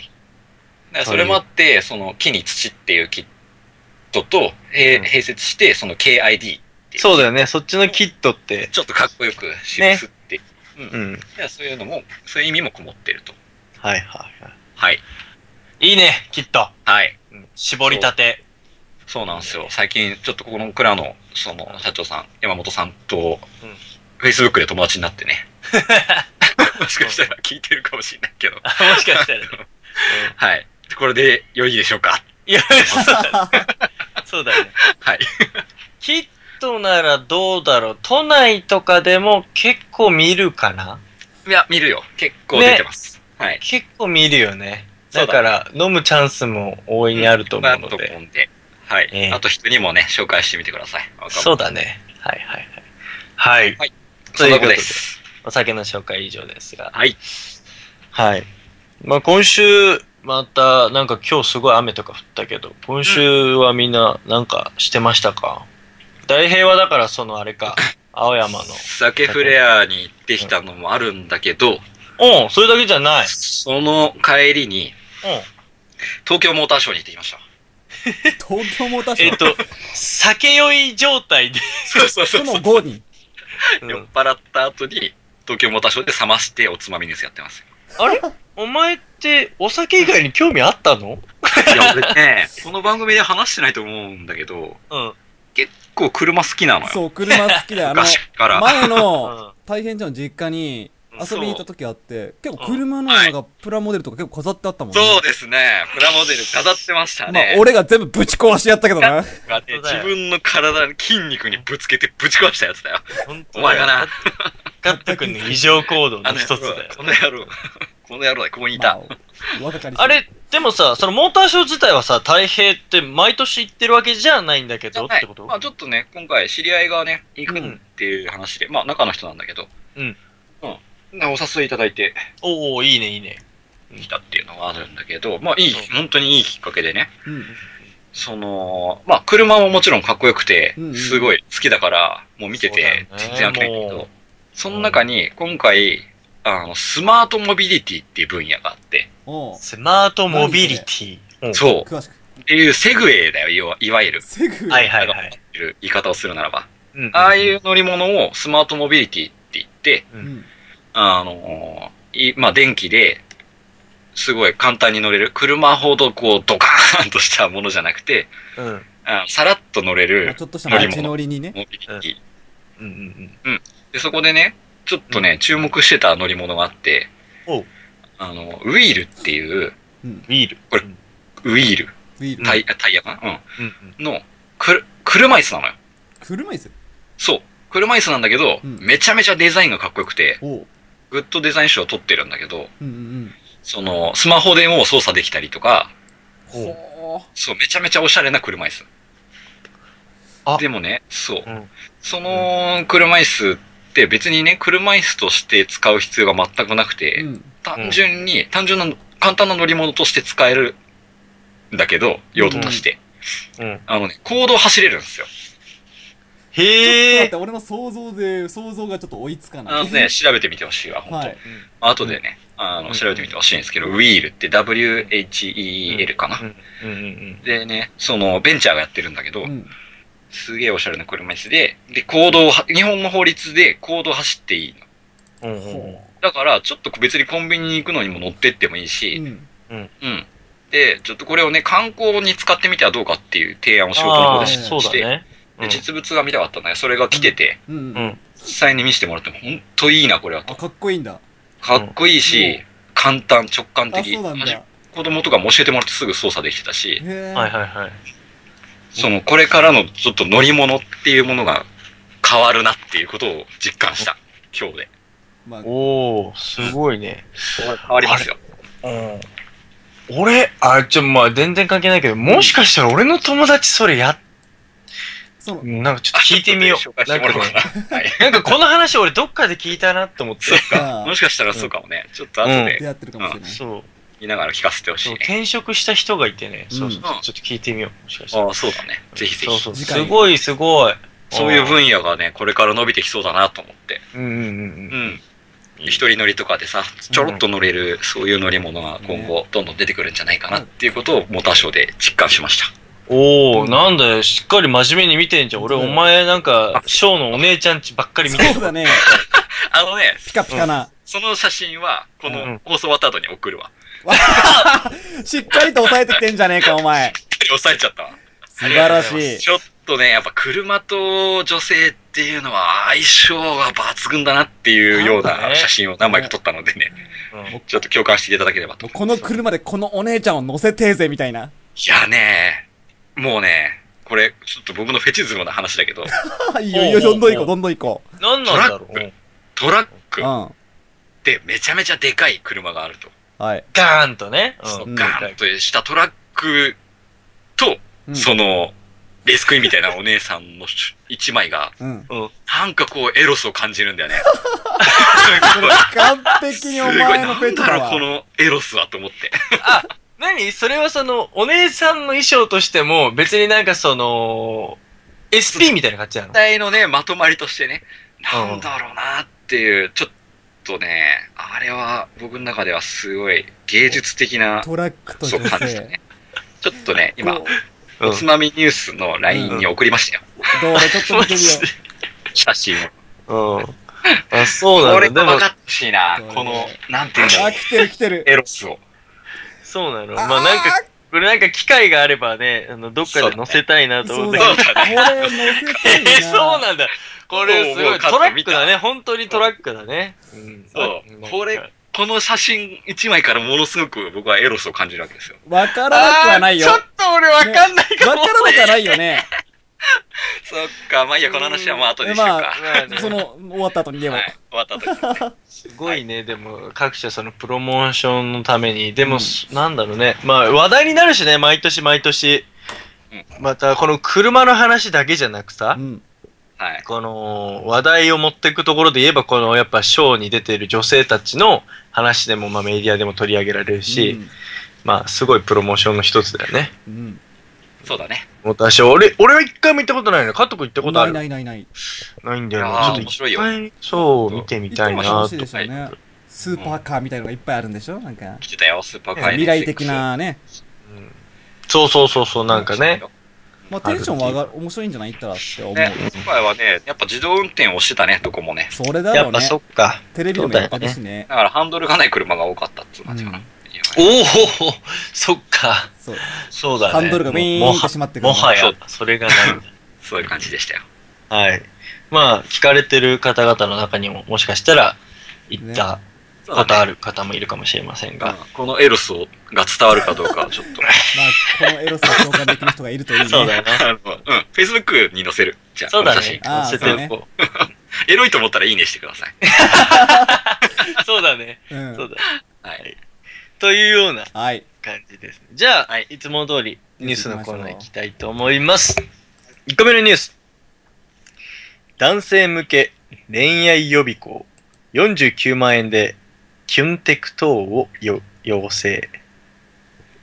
Speaker 2: だからそれもあって、その木に土っていうキットと、併設して、その KID っていう。
Speaker 4: そうだよね。そっちのキットって。
Speaker 2: ちょっとかっこよく記すって。そういうのも、そういう意味もこもってると。
Speaker 4: はい。
Speaker 2: い
Speaker 4: いね、キット。
Speaker 2: はい。
Speaker 4: 絞りたて。
Speaker 2: そうなんですよ。最近、ちょっとこの蔵の、その、社長さん、山本さんと、Facebook で友達になってね。もしかしたら聞いてるかもしれないけど。
Speaker 4: もしかしたら。
Speaker 2: はい。これで良いでしょうか。
Speaker 4: いや、そうだよね。
Speaker 2: はい。
Speaker 4: キットならどうだろう。都内とかでも結構見るかな？
Speaker 2: いや、見るよ。結構出てます。はい。
Speaker 4: 結構見るよね。だから、飲むチャンスも大いにあると思うので。
Speaker 2: はい。あと人にもね、紹介してみてください。
Speaker 4: そうだね。はい。
Speaker 2: ということです。
Speaker 4: お酒の紹介以上ですが。
Speaker 2: はい。
Speaker 4: まあ今週、また、なんか今日すごい雨とか降ったけど、今週はみんななんかしてましたか？大平はだからそのあれか、青山の。
Speaker 2: 酒フレアに行ってきたのもあるんだけど、
Speaker 4: それだけじゃない。
Speaker 2: その帰りに、東京モーターショーに行ってきました。
Speaker 3: 東京モーターショー
Speaker 4: 酒酔い状態で。
Speaker 2: そう。
Speaker 3: その後に。
Speaker 2: 酔っ払った後に、東京モーターショーで冷ましておつまみニュースやってます。
Speaker 4: あれお前ってお酒以外に興味あったの？
Speaker 2: いや、俺ね、この番組で話してないと思うんだけど、結構車好きなのよ。
Speaker 3: そう、車好きだよ。
Speaker 2: 昔から。
Speaker 3: 前の大変ちゃんの実家に遊びに行った時あって、結構車のなんかプラモデルとか結構飾ってあったもんね。
Speaker 2: そうですね。プラモデル飾ってましたね。
Speaker 3: まあ、俺が全部ぶち壊してやったけどな。
Speaker 2: 自分の体に筋肉にぶつけてぶち壊したやつだよ。お前がな。
Speaker 4: カッタ君の異常行動の一つだよ。
Speaker 2: この野郎。この野郎だ、ここにいた。
Speaker 4: あれ、でもさ、そのモーターショー自体はさ、太平って毎年行ってるわけじゃないんだけどってこと？
Speaker 2: まあちょっとね、今回知り合いがね、行くっていう話で、まあ中の人なんだけど、お誘いいただいて、
Speaker 4: いいね。
Speaker 2: 来たっていうのがあるんだけど、まあ本当にいいきっかけでね、その、まあ車ももちろんかっこよくて、すごい好きだから、もう見てて全然飽きないんだけど、その中に今回、スマートモビリティっていう分野があって、
Speaker 4: スマートモビリティ。
Speaker 2: そう。っていうセグウェイだよ、いわゆる。
Speaker 3: セグウェイ。
Speaker 4: はい。
Speaker 2: 言い方をするならば。ああいう乗り物をスマートモビリティって言って、まあ電気ですごい簡単に乗れる。車ほどこうドカーンとしたものじゃなくて、さらっと乗れる
Speaker 3: ちょっとした街乗りにね。
Speaker 2: モビリティ。で、そこでね、ちょっとね、注目してた乗り物があって、ウィールっていう、これ、ウィール。タイヤかなの、車椅子なのよ。
Speaker 3: 車椅子？
Speaker 2: そう。車椅子なんだけど、めちゃめちゃデザインがかっこよくて、グッドデザイン賞を取ってるんだけど、その、スマホでも操作できたりとか、そう、めちゃめちゃおしゃれな車椅子。でもね、そう。その車椅子って別にね、車椅子として使う必要が全くなくて、単純な、簡単な乗り物として使えるんだけど、用途として。公道走れるんですよ。
Speaker 4: へえ。
Speaker 3: 待って、俺の想像がちょっと追いつかない。
Speaker 2: 調べてみてほしいわ、本当。
Speaker 3: はい。
Speaker 2: 後でね、調べてみてほしいんですけど、ウィールって WHEEL かな。でね、その、ベンチャーがやってるんだけど、すげえおしゃれな車椅子で、日本の法律で公道走っていいの。だから、ちょっと別にコンビニに行くのにも乗ってってもいいし、で、ちょっとこれをね、観光に使ってみてはどうかっていう提案を仕事の方でして、で実物が見たかったんだけど、それが来てて、実際に見せてもらっても、ほんといいな、これはと。
Speaker 3: かっこいいんだ。
Speaker 2: かっこいいし、簡単、直感的。
Speaker 3: そうなんだ。
Speaker 2: 子供とかも教えてもらってすぐ操作できてたし、
Speaker 4: そ
Speaker 2: の、これからのちょっと乗り物っていうものが変わるなっていうことを実感した。今日で。
Speaker 4: おー、すごいね。
Speaker 2: 変わりますよ。
Speaker 4: 俺、全然関係ないけど、もしかしたら俺の友達それなんかちょっと聞いてみよう。なんかこの話俺どっかで聞いたなって思って。
Speaker 2: そっか。もしかしたらそうかもね。ちょっと後で。
Speaker 3: 出会ってるかもしれない。
Speaker 4: そう。
Speaker 2: 見ながら聞かせてほしい。
Speaker 4: 転職した人がいてね。そうそう。ちょっと聞いてみよう。もしかしたら。
Speaker 2: そうだね。ぜひぜひ。
Speaker 4: そう。すごい、すごい。
Speaker 2: そういう分野がね、これから伸びてきそうだなと思って。一人乗りとかでさ、ちょろっと乗れる、そういう乗り物が今後どんどん出てくるんじゃないかなっていうことをモーターショーで実感しました。
Speaker 4: おー、なんだよ、しっかり真面目に見てんじゃん。俺、お前なんか、ショーのお姉ちゃんちばっかり見てる。
Speaker 3: そうだね。ピカピカな。
Speaker 2: その写真は、この放送終わった後に送るわ。
Speaker 3: しっかりと抑えてきてんじゃねえか、お前。
Speaker 2: 抑えちゃったわ。
Speaker 3: 素晴らしい。
Speaker 2: ちょっとね、やっぱ車と女性っていうのは相性が抜群だなっていうような写真を何枚か撮ったのでね、ちょっと共感していただければと。
Speaker 3: この車でこのお姉ちゃんを乗せてーぜ、みたいな。
Speaker 2: いやね、もうね、これ、ちょっと僕のフェチズムな話だけど。
Speaker 3: いいよ、どんどん行こう。
Speaker 4: なんなんだろう。
Speaker 2: トラックでめちゃめちゃでかい車があると。
Speaker 3: はい。
Speaker 4: ガーンとね。
Speaker 2: ガーンとしたトラックと、その、レースクイーンみたいなお姉さんの一枚が、なんかこう、エロスを感じるんだよね。
Speaker 3: 完璧にお前のフェチだわ。
Speaker 2: なんだろう、このエロスはと思って。
Speaker 4: 何それはその、お姉さんの衣装としても、別になんかその、SP みたいな感じなの？
Speaker 2: 全体のね、まとまりとしてね、なんだろうなっていう、ちょっとね、あれは僕の中ではすごい芸術的な、
Speaker 3: トラックと女性。
Speaker 2: そう感じたね。ちょっとね、今、おつまみニュースの LINE に送りましたよ。
Speaker 3: どうちょっと見てみよ
Speaker 2: う。写真を。
Speaker 4: あ、そうなんだ。
Speaker 2: これが分かってほしいな。この、なんていうんだろう。
Speaker 3: 来てる。
Speaker 2: エロスを。
Speaker 4: そうなの。まあなんか、これなんか機会があればね、どっかで載せたいなと思って。
Speaker 3: そうだね。これ載せたいな。
Speaker 4: そうなんだ。これすごい。トラックだね。本当にトラックだね。
Speaker 2: そう。この写真一枚からものすごく僕はエロスを感じるわけですよ。
Speaker 3: わからなくはないよ。
Speaker 4: ちょっと俺わかんないかも。
Speaker 3: わからなくはないよね。
Speaker 2: そっか、まあいいや、この話はもう後でしようか。
Speaker 3: 終わった後にでも。
Speaker 2: 終わった後に。
Speaker 4: すごいね、でも、各社そのプロモーションのために、でも、なんだろうね。まあ、話題になるしね、毎年毎年。また、この車の話だけじゃなくさ、この、話題を持っていくところで言えば、この、やっぱ、ショーに出てる女性たちの話でも、まあ、メディアでも取り上げられるし、まあ、すごいプロモーションの一つだよね。
Speaker 2: そうだね。
Speaker 4: 私、俺は一回も行ったことないの。加藤君行ったことある？
Speaker 3: ない。
Speaker 4: ないんだよね。
Speaker 2: ちょっと面白いよ。
Speaker 4: そう、見てみたいなと。
Speaker 3: スーパーカーみたいのがいっぱいあるんでしょなんか。
Speaker 2: 来てたよ、スーパーカー。
Speaker 3: 未来的なね。
Speaker 4: そう、なんかね。
Speaker 3: まあテンションは面白いんじゃないったらって思う。
Speaker 2: 今回はね、やっぱ自動運転をしてたね、どこもね。
Speaker 3: それだろうね。
Speaker 4: やっぱそっか。
Speaker 3: テレビでもやってるしね。
Speaker 2: だからハンドルがない車が多かったっていう感じかな。
Speaker 4: おお、そっか。そうだね。
Speaker 3: ハンドルがウィーンってしまってくる。
Speaker 4: もはや、それがないんだ。
Speaker 2: そういう感じでしたよ。
Speaker 4: はい。まあ、聞かれてる方々の中にも、もしかしたら、行ったことある方もいるかもしれませんが。
Speaker 2: このエロスが伝わるかどうかはちょっと。
Speaker 3: まあ、このエロスを共感できる人がいるといいね。
Speaker 4: そうだね。
Speaker 2: Facebook に載せる。じゃあ、
Speaker 4: そうだね。載せておこう。
Speaker 2: エロいと思ったらいいねしてください。
Speaker 4: そうだね。そうだ。
Speaker 2: はい。
Speaker 4: というような感じです。じゃあ、いつも通りニュースのコーナー行きたいと思います。1個目のニュース。男性向け恋愛予備校49万円でキュンテク等を要請。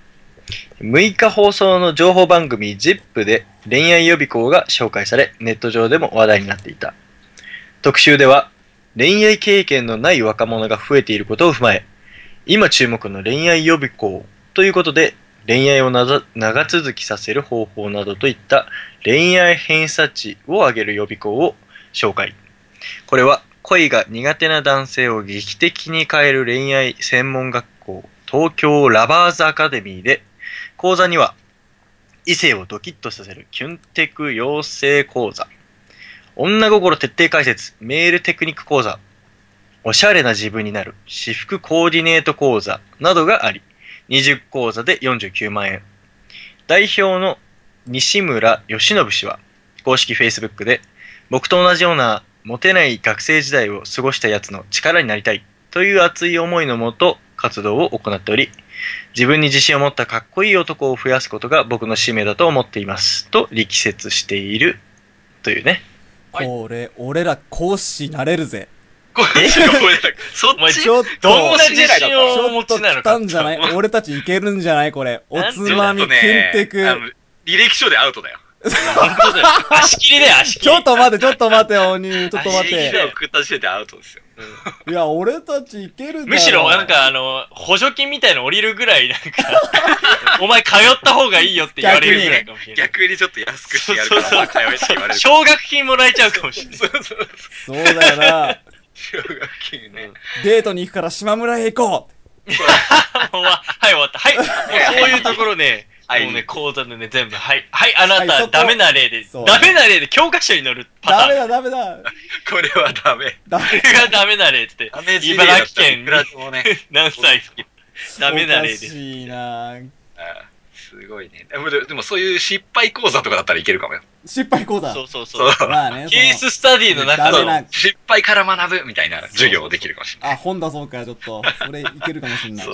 Speaker 4: 6日放送の情報番組 ZIP で恋愛予備校が紹介され、ネット上でも話題になっていた。特集では、恋愛経験のない若者が増えていることを踏まえ、今注目の恋愛予備校ということで、恋愛を長続きさせる方法などといった恋愛偏差値を上げる予備校を紹介。これは恋が苦手な男性を劇的に変える恋愛専門学校東京ラバーズアカデミーで、講座には異性をドキッとさせるキュンテク養成講座、女心徹底解説メールテクニック講座、おしゃれな自分になる私服コーディネート講座などがあり、20講座で49万円。代表の西村義信氏は公式 Facebook で、僕と同じようなモテない学生時代を過ごしたやつの力になりたいという熱い思いのもと活動を行っており、自分に自信を持ったかっこいい男を増やすことが僕の使命だと思っていますと力説しているというね。
Speaker 3: これ、俺ら講師なれるぜ。
Speaker 2: そっち
Speaker 3: ちょっと、
Speaker 4: どんな自信をお持ちなのか。
Speaker 3: 来たんじゃない俺たちいけるんじゃないこれ。おつまみ、キュンテク。
Speaker 2: 履歴書でアウトだよ。
Speaker 4: 本当だよ。足切りだよ、足切り。
Speaker 3: ちょっと待って、ちょっと待って、鬼。ちょっと待っ
Speaker 2: 履歴書を
Speaker 3: て。
Speaker 2: 送った時点でアウトですよ。
Speaker 3: いや、俺たちいけるだろ。
Speaker 4: むしろなんか補助金みたいの降りるぐらいなんか、お前通った方がいいよって言われるぐらいかもしれない。
Speaker 2: 逆にちょっと安くしてやるから、通えって言われる。
Speaker 4: 奨学金もらえちゃうかもしれない。
Speaker 3: そうだよな。
Speaker 2: 奨学金ね。
Speaker 3: デートに行くから島村へ行こう
Speaker 4: はい終わった。はい。もうそういうところね、もうね、講座でね、全部、はい、あなた、ダメな例で、ダメな例で教科書に載るパターン。
Speaker 3: ダメだ。
Speaker 2: これはダメ。
Speaker 4: これがダメな例って、茨城県、何歳好き。ダメな例です。
Speaker 3: おかしいな
Speaker 2: すごいね。でもそういう失敗講座とかだったらいけるかもよ。
Speaker 3: 失敗講座。
Speaker 4: そう。
Speaker 3: まあね。
Speaker 4: ケーススタディの中の
Speaker 2: 失敗から学ぶみたいな授業できるかもしれない。
Speaker 3: あ、本出そうか、ちょっと。それいけるかもしれない。
Speaker 2: そう。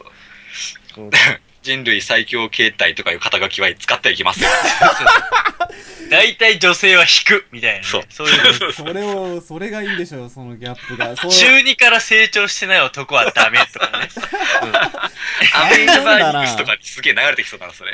Speaker 2: 人類最強形態とかいう肩書きは使ってはいけません。
Speaker 4: 大体女性は引くみたいな、ね。そういう
Speaker 3: それがいいんでしょう、そのギャップが。
Speaker 4: 中2から成長してない男はダメとかね。
Speaker 2: アメリカバーニュースとかにすげえ流れてきそうだな、それ。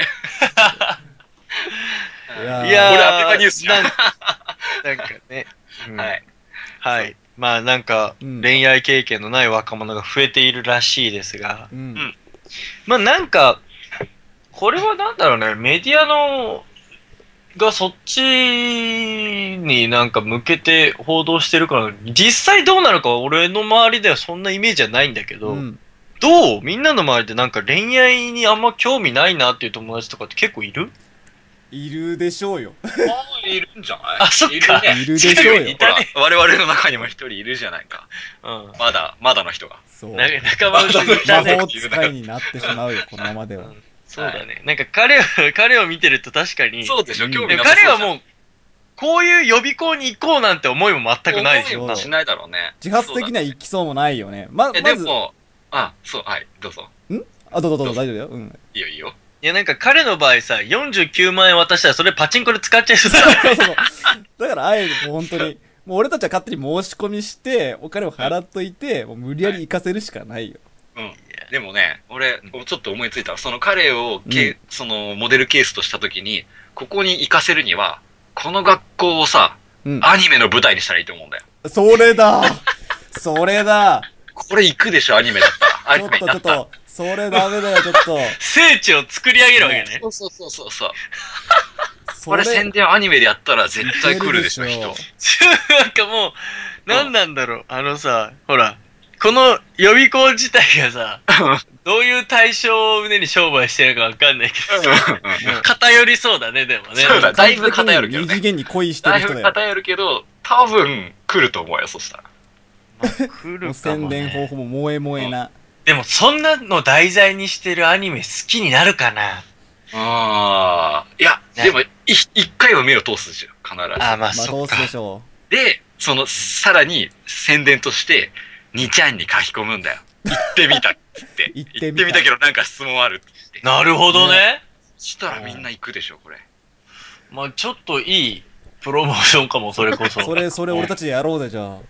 Speaker 3: いや
Speaker 2: ー、俺アメリカニュースじゃん。
Speaker 4: なんかね。はい。まあなんか、恋愛経験のない若者が増えているらしいですが、まあなんか、これはなんだろうね、メディアがそっちになんか向けて報道してるから、実際どうなるかは俺の周りではそんなイメージはないんだけど、どうみんなの周りでなんか恋愛にあんま興味ないなっていう友達とかって結構いる
Speaker 3: でしょうよ。
Speaker 2: いるんじゃない？
Speaker 4: あ、そっか。
Speaker 3: いるでしょうよ。
Speaker 2: 我々の中にも一人いるじゃないか。まだの人が。
Speaker 3: そう。
Speaker 4: 仲間内にいたね。
Speaker 3: 魔法使いになってしまうよ、このままでは。
Speaker 4: そうだね。なんか彼を見てると確かに。
Speaker 2: そうでしょ、興味なさそう。
Speaker 4: 彼はもう、こういう予備校に行こうなんて思いも全くないでしょ。
Speaker 2: しないだろうね。
Speaker 3: 自発的には行きそうもないよね。
Speaker 2: でも、そう、はい、どうぞ。
Speaker 3: どうぞ、大丈夫だよ。
Speaker 2: いいよ。
Speaker 4: いや、なんか彼の場合さ、49万円渡したらそれパチンコで使っちゃいそうだ。
Speaker 3: そう。だからあえてもう本当に、もう俺たちは勝手に申し込みして、お金を払っといて、もう無理やり行かせるしかないよ。
Speaker 2: でもね、俺、ちょっと思いついた。その彼を、そのモデルケースとしたときに、ここに行かせるには、この学校をさ、アニメの舞台にしたらいいと思うんだよ。
Speaker 3: それだ
Speaker 2: これ行くでしょ、アニメだったら。アニメだったら。
Speaker 3: ちょっと、それダメだよ、ちょっと。
Speaker 4: 聖地を作り上げるわけね。
Speaker 2: そう。これ宣伝アニメでやったら絶対来るでしょ、人。
Speaker 4: なんかもう、なんなんだろう。ほら、この予備校自体がさ、どういう対象を胸に商売してるかわかんないけどさ、偏りそうだね、でもね。
Speaker 2: そうだ、だいぶ偏るけどね。
Speaker 3: 二次元に恋してる人だよ。
Speaker 2: だいぶ偏るけど、多分来ると思うよ、そしたら。
Speaker 4: 来るかもね。
Speaker 3: 宣伝方法も萌え萌えな。
Speaker 4: でも、そんなの題材にしてるアニメ好きになるかな？
Speaker 2: いや、でも、一回は目を通すでしょ、必ず。
Speaker 4: まあ、そう
Speaker 3: 通すでしょ
Speaker 2: う。で、さらに宣伝として、2ちゃんに書き込むんだよ。行ってみたって。行ってみたけどなんか質問あるって言って。
Speaker 4: なるほどね。
Speaker 2: そしたらみんな行くでしょ、これ。
Speaker 4: まあちょっといいプロモーションかも、それこそ。
Speaker 3: それ俺たちでやろうぜ、じゃあ。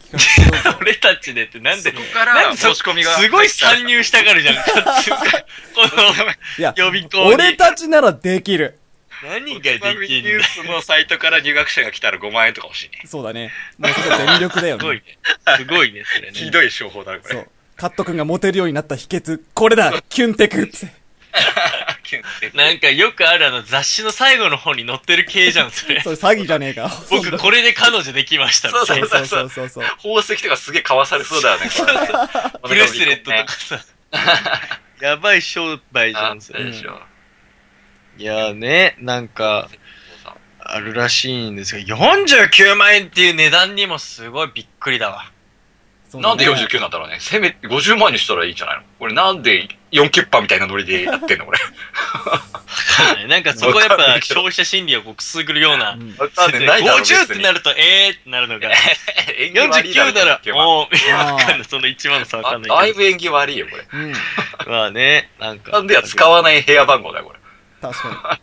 Speaker 4: 俺たちでってなんで、
Speaker 2: ここから申し込みが。
Speaker 4: すごい参入したがるじゃん。こ
Speaker 3: いや、
Speaker 4: の予備校に。
Speaker 3: 俺たちならできる。
Speaker 4: 何ができん
Speaker 2: ニュースのサイトから入学者が来たら5万円とか欲しいね。
Speaker 3: そうだね。もうそれは全力だよね。
Speaker 4: すごいね。すごいね、それね。
Speaker 2: ひどい商法だね、これ。
Speaker 3: そう。カット君がモテるようになった秘訣、これだキュンテクって。
Speaker 4: なんかよくある雑誌の最後の方に載ってる系じゃん、それ。
Speaker 3: それ詐欺じゃねえか。
Speaker 4: 僕これで彼女できました。
Speaker 2: そう
Speaker 3: そうそうそうそう。
Speaker 2: 宝石とかすげえ買わされそうだよね。
Speaker 4: ブレスレットとかさ。やばい商売じゃん、それ。いやね、なんか、あるらしいんですが、49万円っていう値段にもすごいびっくりだわ。
Speaker 2: なんで49なんだろうね。せめて50万にしたらいいんじゃないの？俺なんで4キュッパみたいなノリでやってんの俺。
Speaker 4: なんかそこやっぱ消費者心理をくすぐるような。50ってなると、ってなるのが。49なら、もう、わかんない。その1万の差わかんないけど。
Speaker 2: だいぶ縁起悪いよ、これ。
Speaker 4: まあね、なんか。
Speaker 2: なんで使わない部屋番号だよ、これ。
Speaker 3: 確か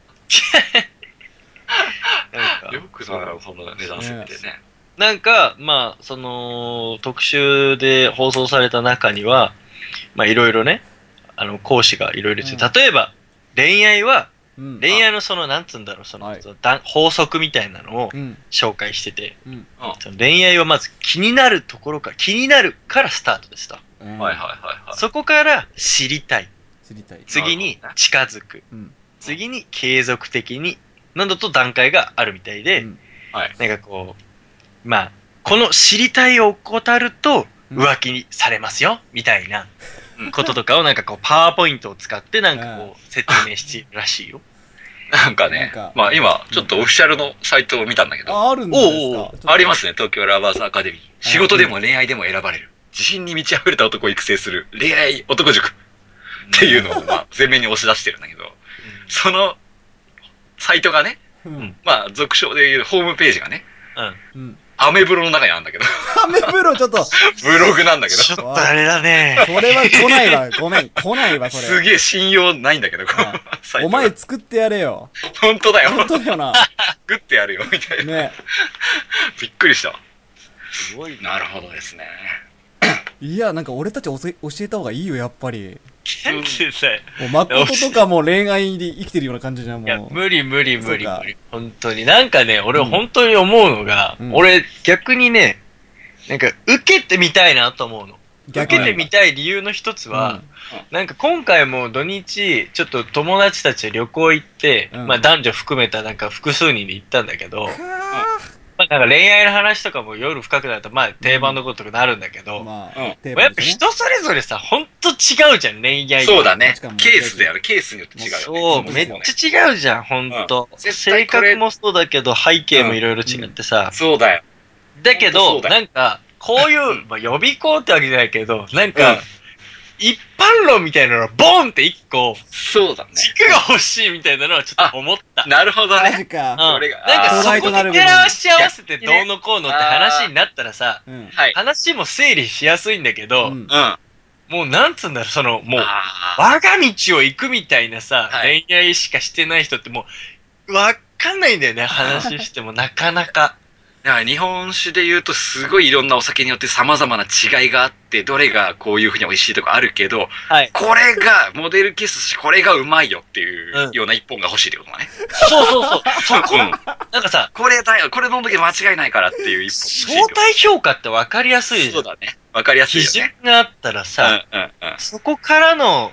Speaker 2: に。よくそんな値段設定ね。
Speaker 4: なんか、まあ、その、特集で放送された中には、まあ、いろいろね、講師がいろいろ言って、例えば、恋愛は、恋愛のその、なんつうんだろう、その、法則みたいなのを紹介してて、恋愛はまず気になるところから、気になるからスタートですと。そこから知りたい。次に近づく。次に継続的に、などと段階があるみたいで、なんかこう、まあ、この知りたいを怠ると浮気にされますよ、みたいなこととかをなんかこうパワーポイントを使ってなんかこう説明しているらしいよ。
Speaker 2: なんかね、まあ今ちょっとオフィシャルのサイトを見たんだけど。
Speaker 3: あるんですか？
Speaker 2: ありますね、東京ラバーズアカデミー。仕事でも恋愛でも選ばれる。自信に満ち溢れた男を育成する恋愛男塾っていうのをまあ前面に押し出してるんだけど、そのサイトがね、まあ俗称で言うホームページがね、アメブロの中にあるんだけど。
Speaker 3: アメブロちょっと。
Speaker 2: ブログなんだけど。
Speaker 4: ちょっとあれだね。
Speaker 3: それは来ないわ。ごめん。来ないわ、それ。
Speaker 2: すげえ信用ないんだけど、
Speaker 3: お前作ってやれよ。
Speaker 2: 本当だよ。
Speaker 3: 本当だよな。
Speaker 2: 作ってやるよ、みたいな。
Speaker 3: ね。
Speaker 2: びっくりした。
Speaker 4: すごい。
Speaker 2: なるほどですね。
Speaker 3: いや、なんか俺たち教えた方がいいよ、やっぱり。
Speaker 4: なんでさ、
Speaker 3: もう誠とかも恋愛で生きてるような感じじゃん、もう。
Speaker 4: いや、無理。本当に。なんかね、俺本当に思うのが、俺逆にね、なんか受けてみたいなと思うの。受けてみたい理由の一つは、なんか今回も土日、ちょっと友達たちで旅行行って、まあ男女含めたなんか複数人で行ったんだけど、まあなんか恋愛の話とかも夜深くなるとまあ定番のこととかなるんだけど、やっぱ人それぞれさ、ほんと違うじゃん、恋愛。
Speaker 2: そうだね。ケースである。ケースによって違うよね。
Speaker 4: そう、めっちゃ違うじゃん、ほんと。性格もそうだけど、背景もいろいろ違ってさ。
Speaker 2: そうだよ。
Speaker 4: だけど、なんか、こういう、まあ予備校ってわけじゃないけど、なんか、一般論みたいなのがボンって一個、
Speaker 2: そうだね。
Speaker 4: 軸が欲しいみたいなのはちょっと思った。
Speaker 2: なるほどね。
Speaker 3: マジか。
Speaker 4: なんかそこに照らし合わせてどうのこうのって話になったらさ、話も整理しやすいんだけど、もうなんつうんだろう、その、もう、我が道を行くみたいなさ、恋愛しかしてない人ってもう、わかんないんだよね、話してもなかなか。
Speaker 2: だから日本酒で言うとすごいいろんなお酒によって様々な違いがあって、どれがこういう風に美味しいとかあるけど、これがモデルケースし、これがうまいよっていうような一本が欲しいってことだね。
Speaker 4: そう。そこ、なんかさ、
Speaker 2: これだよ、これ飲んどき間違いないからっていう一本。
Speaker 4: 相対評価って分かりやすい。
Speaker 2: そうだね。分かりやすいよね。
Speaker 4: 基準があったらさ、そこからの、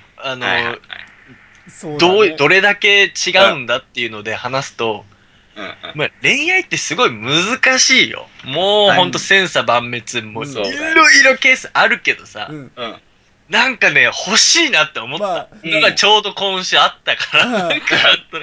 Speaker 4: どれだけ違うんだっていうので話すと、まあ、恋愛ってすごい難しいよ。もうほんと千差万別、もういろいろケースあるけどさ、なんかね、欲しいなって思ったのがちょうど今週あったから、なんか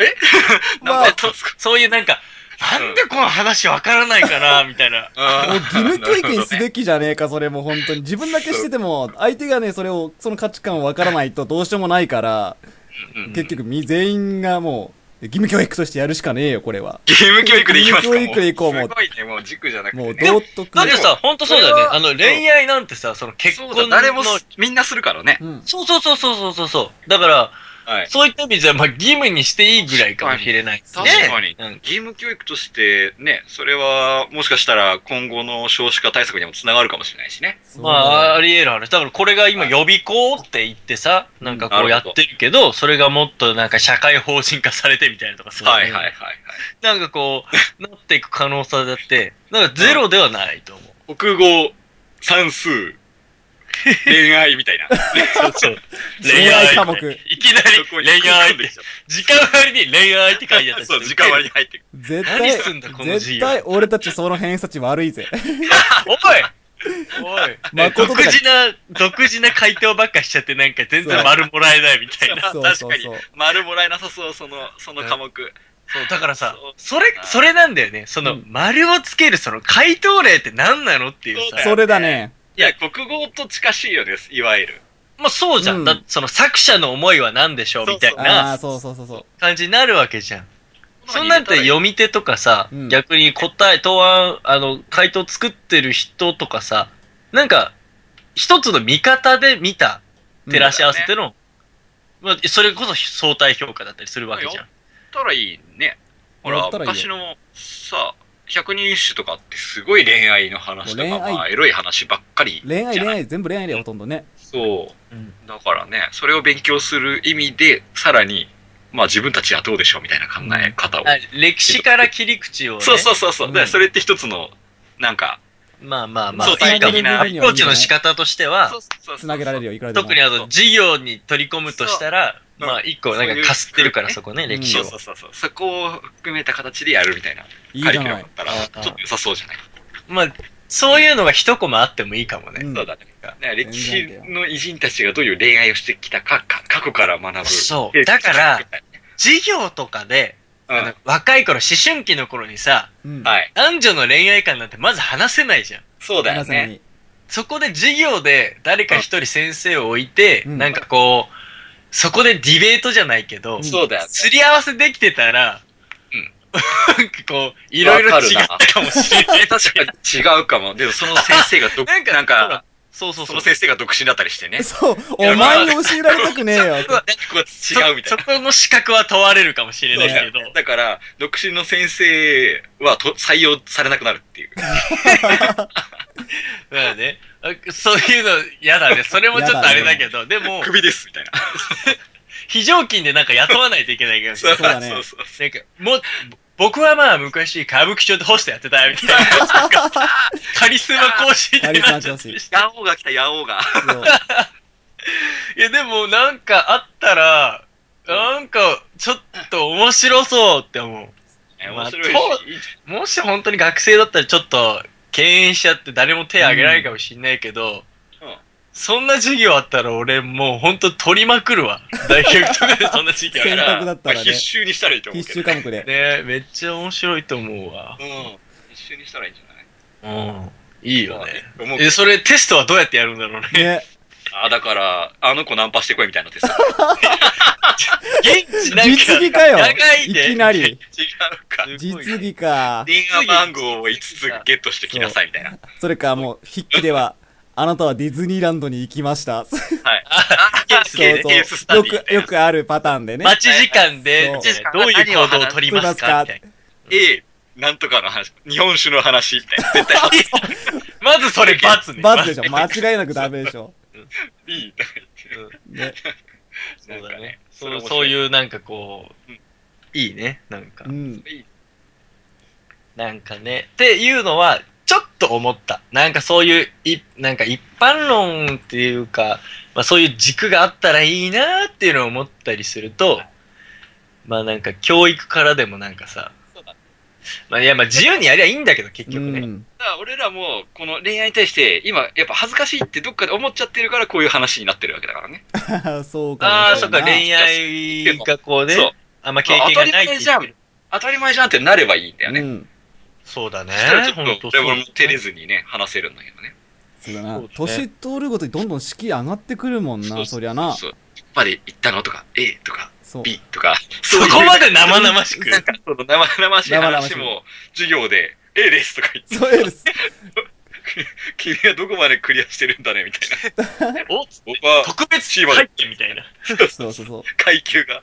Speaker 4: そういうなんか、なんでこの話わからないかなみたいな。
Speaker 3: もう義務教育にすべきじゃねえか、それも本当に。自分だけしてても、相手がね、その価値観をわからないとどうしようもないから、結局全員がもう、義務教育としてやるしかねえよ、これは。
Speaker 2: 義務教育でいきますか？
Speaker 3: 義務教育でいこう、もう。
Speaker 2: すごいね、もう軸じゃなくて。
Speaker 3: もう道徳。
Speaker 4: だってさ、ほんとそうだよね。恋愛なんてさ、その結婚の。
Speaker 2: 誰もみんなするからね。
Speaker 4: そう。だから、 はい、そういった意味じゃ、まあ、義務にしていいぐらいかもしれないですね。
Speaker 2: 確かに。義務教育としてね、それは、もしかしたら今後の少子化対策にもつながるかもしれないしね。
Speaker 4: まあ、あり得る話。だからこれが今予備校って言ってさ、なんかこうやってるけど、それがもっとなんか社会法人化されてみたいなとかさ。
Speaker 2: はいはいはい。
Speaker 4: なんかこう、なっていく可能性だって、なんかゼロではないと思う。
Speaker 2: 国語、算数、恋愛みたいな。
Speaker 4: そうそう。
Speaker 3: 恋愛科目。
Speaker 4: いきなり恋愛って。時間割に恋愛って書いてあった。
Speaker 2: そう、時間割に入ってく
Speaker 3: る。絶対俺たちその偏差値悪いぜ。
Speaker 4: おい独自な回答ばっかしちゃってなんか全然丸もらえないみたいな。
Speaker 2: 確かに。丸もらえなさそう、その科目。
Speaker 4: そう、だからさ、それなんだよね。その、丸をつけるその回答例って何なのっていうさ。
Speaker 3: それだね。
Speaker 2: いや、国語と近しいよね、いわゆる。
Speaker 4: まあそうじゃん。その作者の思いは何でしょうみたいな感じになるわけじゃん。そんなんて読み手とかさ、逆に答案、回答作ってる人とかさ、なんか、一つの見方で見た、照らし合わせての、まあ、それこそ相対評価だったりするわけじゃん。
Speaker 2: やったらいいね。ほら、昔のさ、百人一首とかってすごい恋愛の話とか、まあ、エロい話ばっかり。
Speaker 3: 恋愛、全部恋愛でほとんどね。
Speaker 2: そう。だからね、それを勉強する意味で、さらに、まあ自分たちはどうでしょうみたいな考え方を。
Speaker 4: 歴史から切り口をね。
Speaker 2: そう。だからそれって一つの、なんか、
Speaker 4: まあ、そうい的なアプローチの仕方としては、
Speaker 3: つなげられるよ、いくらでも。
Speaker 4: 特に授業に取り込むとしたら、まあ一個なんかかすってるからそこね、歴史を。
Speaker 2: そう。そこを含めた形でやるみたいな。
Speaker 3: いいじゃない。
Speaker 2: だったら、ちょっと良さそうじゃない。
Speaker 4: まあ、そういうのが一コマあってもいいかもね。
Speaker 2: そうだね。歴史の偉人たちがどういう恋愛をしてきたか、過去から学ぶ。
Speaker 4: そう。だから、授業とかで、若い頃、思春期の頃にさ、男女の恋愛観なんてまず話せないじゃん。
Speaker 2: そうだよね。
Speaker 4: そこで授業で誰か一人先生を置いて、なんかこう、そこでディベートじゃないけど、
Speaker 2: そうだよね。
Speaker 4: すり合わせできてたら、なんかこう、いろいろ違ったかもしれない。
Speaker 2: 確かに違うかも。でもその先生がなんか、その先生が独身だったりしてね。
Speaker 3: そう、お前に教えられたくねえよ。
Speaker 2: なんかこう違うみたいな。
Speaker 4: そこの資格は問われるかもしれないけど。
Speaker 2: だから、独身の先生は採用されなくなるっていう。
Speaker 4: だからね、そういうの嫌だね。それもちょっとあれだけど、でも。
Speaker 2: クビです、みたいな。
Speaker 4: 非常勤でなんか雇わないといけないけど。
Speaker 3: そうだね。
Speaker 4: なんか、僕はまあ昔歌舞伎町でホストやってたよみたいな。カリスマ講師
Speaker 3: カリスマ講師。
Speaker 2: ヤオが来た、ヤオが。
Speaker 4: いやでもなんかあったら、なんかちょっと面白そうって思う。
Speaker 2: 面白いし。
Speaker 4: もし本当に学生だったらちょっと敬遠しちゃって誰も手挙げないかもしんないけど、そんな授業あったら俺もうほんと取りまくるわ。大学とかでそんな授業あったら。
Speaker 3: 選択だったらね。
Speaker 2: 必修にしたらいいと思う。
Speaker 3: 必修科目で。
Speaker 4: ねめっちゃ面白いと思うわ。
Speaker 2: 必修にしたらいいんじゃない
Speaker 4: いいよね。それテストはどうやってやるんだろうね。
Speaker 2: だから、あの子ナンパしてこいみたいなテスト。
Speaker 4: 現地なんか
Speaker 3: 実技かよ。いきなり。
Speaker 2: 違うか。
Speaker 3: 実技か。
Speaker 2: 電話番号を5つゲットしてきなさいみたいな。
Speaker 3: それかもう、筆記では、あなたはディズニーランドに行きました。はい。
Speaker 2: そう。
Speaker 3: よくあるパターンでね。
Speaker 4: 待ち時間で、どういう行動を取りますかみたいな。
Speaker 2: なんとかの話、日本酒の話みたいな。絶対。
Speaker 4: まずそれ罰ね。
Speaker 3: 罰でしょ。間違いなくダメでしょ。
Speaker 2: いい。
Speaker 4: ね。そうだね。そういうなんかこう、いいね。なんか。なんかね。っていうのは、ちょっと思った。なんかそういう、なんか一般論っていうか、まあそういう軸があったらいいなーっていうのを思ったりすると、まあなんか教育からでもなんかさ、まあ自由にやりゃいいんだけど結局ね。
Speaker 2: だから俺らもこの恋愛に対して今やっぱ恥ずかしいってどっかで思っちゃってるからこういう話になってるわけだからね。
Speaker 3: そうか。
Speaker 4: そうか、恋愛がこうね、あんま経験がないって言ってる。
Speaker 2: 当たり前じゃんってなればいいんだよね。
Speaker 4: そうだね。
Speaker 2: ちょっと、でも照れずにね、話せるんだけどね。
Speaker 3: そうだな。年取るごとにどんどん式上がってくるもんな、そりゃな。
Speaker 2: そう。まで行ったのとか、A とか、B とか。
Speaker 4: そこまで生々しく。
Speaker 2: なんか、その生々しい話も、授業で、A ですとか言って。
Speaker 3: そう A です。
Speaker 2: 君はどこまでクリアしてるんだね、みたいな。
Speaker 4: 僕は、特別入ってみたいな。
Speaker 3: そうそうそう。
Speaker 2: 階級が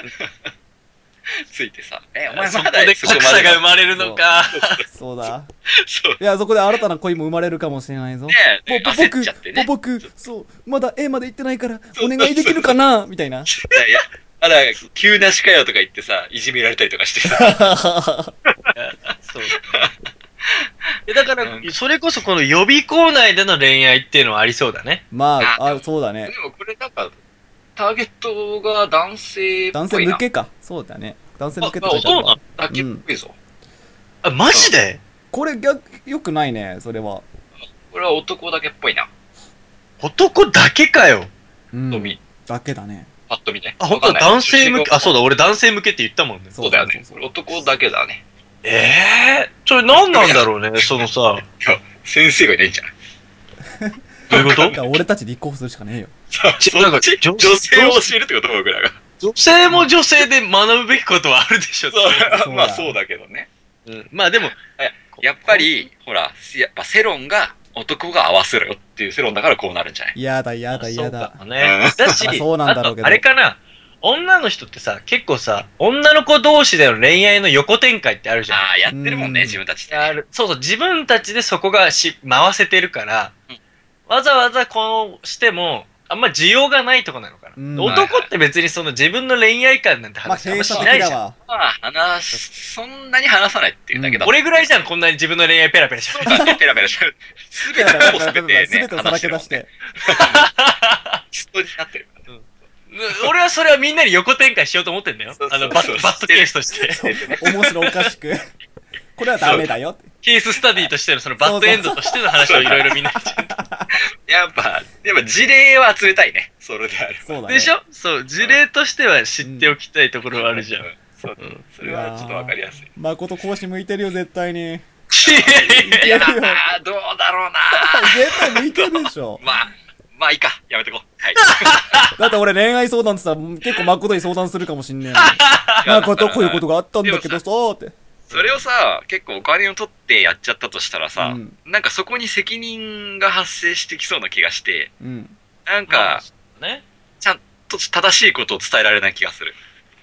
Speaker 2: ついてさ、お前
Speaker 4: そこ
Speaker 2: まだ
Speaker 4: で格差が生まれるのか。
Speaker 3: そうだ。
Speaker 2: そう
Speaker 3: いや、そこで新たな恋も生まれるかもしれないぞ。
Speaker 2: ねえ、焦っちゃってね。
Speaker 3: 僕、そう、まだ A まで行ってないから、お願いできるかなみたいな。
Speaker 2: いや、まだ、急なしかよとか言ってさ、いじめられたりとかしてさ。
Speaker 4: そう。だから、それこそこの予備校内での恋愛っていうのはありそうだね。
Speaker 3: まあ、そうだね。
Speaker 2: でもこれなんか、ターゲットが男性っぽいな。
Speaker 3: 男性向けか。そうだね。男性向けって書いてあるわ
Speaker 2: そうなんだけっぽいぞ。
Speaker 4: あ、マジで？
Speaker 3: これよくないね、それは。
Speaker 2: これは男だけっぽいな。
Speaker 4: 男だけかよ。
Speaker 3: うん。
Speaker 2: と見
Speaker 3: だけだね。
Speaker 2: パッと見ね。
Speaker 4: あ、本当は男性向け、あ、そうだ、俺男性向けって言ったもんね。
Speaker 2: そうだよね。男だけだね。
Speaker 4: それ何なんだろうね、そのさ。
Speaker 2: いや、先生がいないんじゃない
Speaker 4: どういうこと
Speaker 3: だから俺たち立候補するしかねえよ。
Speaker 2: そっち、女性を教えるってこと僕らが。
Speaker 4: 女性も女性で学ぶべきことはあるでしょ、
Speaker 2: そうまあそうだけどね。
Speaker 4: まあでも、
Speaker 2: やっぱり、ほら、やっぱ世論が男が合わせろよっていう世論だからこうなるんじゃない？
Speaker 3: やだ、やだ、やだ。
Speaker 4: ね。だし、
Speaker 3: そうなんだろうけど
Speaker 4: あれかな、女の人ってさ、結構さ、女の子同士での恋愛の横展開ってあるじゃん。
Speaker 2: ああ、やってるもんね、自分たちで。
Speaker 4: そうそう、自分たちでそこが回せてるから、わざわざこうしても、あんま需要がないとこなのかな。男って別にその自分の恋愛観なんて話あんましないじゃん。
Speaker 3: ま
Speaker 2: あ、そんなに話さないっていうだけだ。
Speaker 4: 俺ぐらいじゃん、こんなに自分の恋愛ペラペラしゃべる。
Speaker 2: ペラペラしゃべる。すべて
Speaker 3: 全てをさらけ出して。
Speaker 2: ストになってる。
Speaker 4: 俺はそれはみんなに横展開しようと思ってんだよ。バッドケースとして。
Speaker 3: 面白おかしく。これはダメだよ。
Speaker 4: ケーススタディとしてのそのバッドエンドとしての話をいろいろみんなに。
Speaker 2: やっぱ事例は集めたいね。それである。
Speaker 3: そうだね。
Speaker 4: でしょ？そう、事例としては知っておきたいところはあるじゃん。
Speaker 2: そう。それはちょっとわかりやすい。
Speaker 3: 誠講師向いてるよ、絶対に。
Speaker 2: いや、どうだろうな。
Speaker 3: 絶対向いてるでしょ。
Speaker 2: まあいいか。やめてこう。はい。
Speaker 3: だって俺恋愛相談ってさ、結構誠に相談するかもしんねえの。誠こういうことがあったんだけどさーって。
Speaker 2: それをさ、結構お金を取ってやっちゃったとしたらさ、なんかそこに責任が発生してきそうな気がして、なんか、ちゃんと正しいことを伝えられない気がする。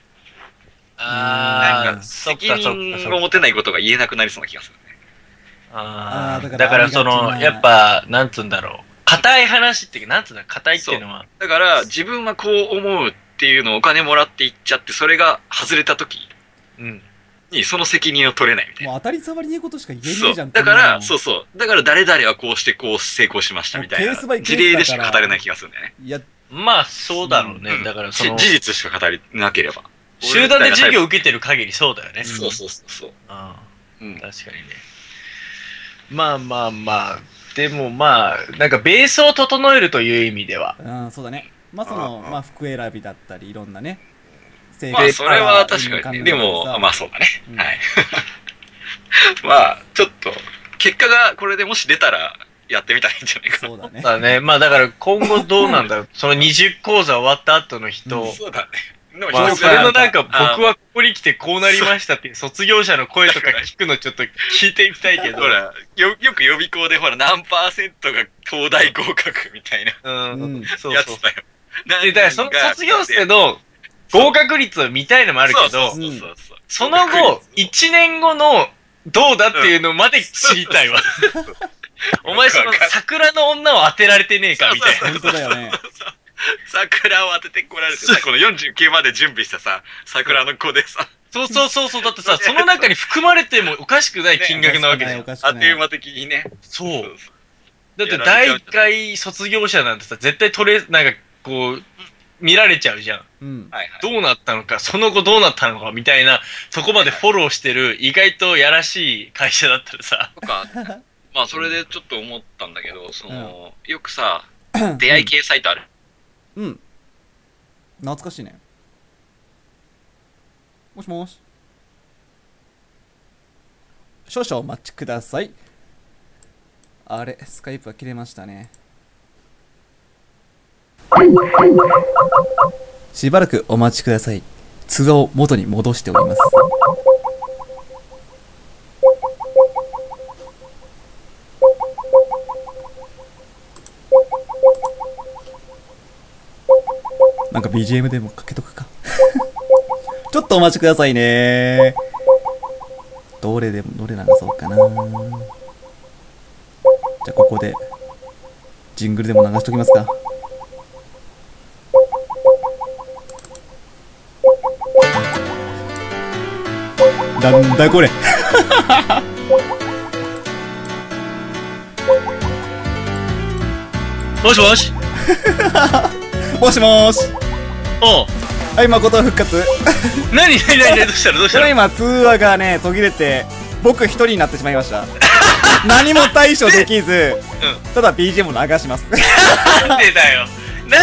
Speaker 2: なんか、責任を持てないことが言えなくなりそうな気がするね。
Speaker 4: だからその、やっぱ、なんつうんだろう。硬い話っていうか、なんつうんだろう、硬いっていうのは。
Speaker 2: だから、自分はこう思うっていうのをお金もらって言っちゃって、それが外れた時に、その責任を取れないみたいな。
Speaker 3: もう当たり障りねえことしか言えねえじゃん。
Speaker 2: だから、だから誰々はこうしてこう成功しましたみたいな。事例でしか語れない気がするんだよね。
Speaker 3: いや、
Speaker 4: まあ、そうだろうね。だからその、
Speaker 2: 事実しか語りなければ。
Speaker 4: 集団で授業を受けてる限りそうだよね。
Speaker 2: そう。
Speaker 4: 確かにね。まあ、でもまあ、なんかベースを整えるという意味では。
Speaker 3: そうだね。まあその、まあ服選びだったり、いろんなね。
Speaker 2: まあそれは確かにね。でも、まあそうだね。はい。まあ、ちょっと、結果がこれでもし出たら、やってみたらいいんじゃないかな。
Speaker 3: そうだね。
Speaker 4: だね。まあだから今後どうなんだろう。その20講座終わった後の人。
Speaker 2: そうだね。
Speaker 4: まあそれのなんか、僕はここに来てこうなりましたっていう卒業者の声とか聞くのちょっと聞いてみたいけど。
Speaker 2: ほら、よく予備校でほら何%が東大合格みたいな。
Speaker 4: そう
Speaker 2: やつだよ。
Speaker 4: だからその卒業生の合格率を見たいのもあるけど、その後、1年後のどうだっていうのまで知りたいわ。お前その桜の女を当てられてねえかみたいな。
Speaker 3: 本当だよね。
Speaker 2: 桜を当ててこられてさ、この49まで準備したさ、桜の子でさ。
Speaker 4: そう。だってさ、その中に含まれてもおかしくない金額なわけだよ。
Speaker 2: あっという間的にね。
Speaker 4: そう。だって第1回卒業者なんてさ、絶対なんかこう、見られちゃうじゃん。どうなったのか、その後どうなったのか、みたいな、そこまでフォローしてる、意外とやらしい会社だったらさ。
Speaker 2: まあ、それでちょっと思ったんだけど、よくさ、出会い系サイトある。
Speaker 3: 懐かしいね。もしもし。少々お待ちください。あれ、スカイプが切れましたね。しばらくお待ちください。通話を元に戻しております。 なんか BGM でもかけとくか。ちょっとお待ちくださいね。どれ流そうかな。じゃあここで、ジングルでも流しときますか。なんだこれ。
Speaker 4: もしもし
Speaker 3: もしもーし。
Speaker 4: おう。
Speaker 3: はい、誠復活。
Speaker 4: 何どうしたの
Speaker 3: これ今通話がね、途切れて、僕一人になってしまいました。何も対処できず、ただ BGM を流します。
Speaker 4: なんでだよ。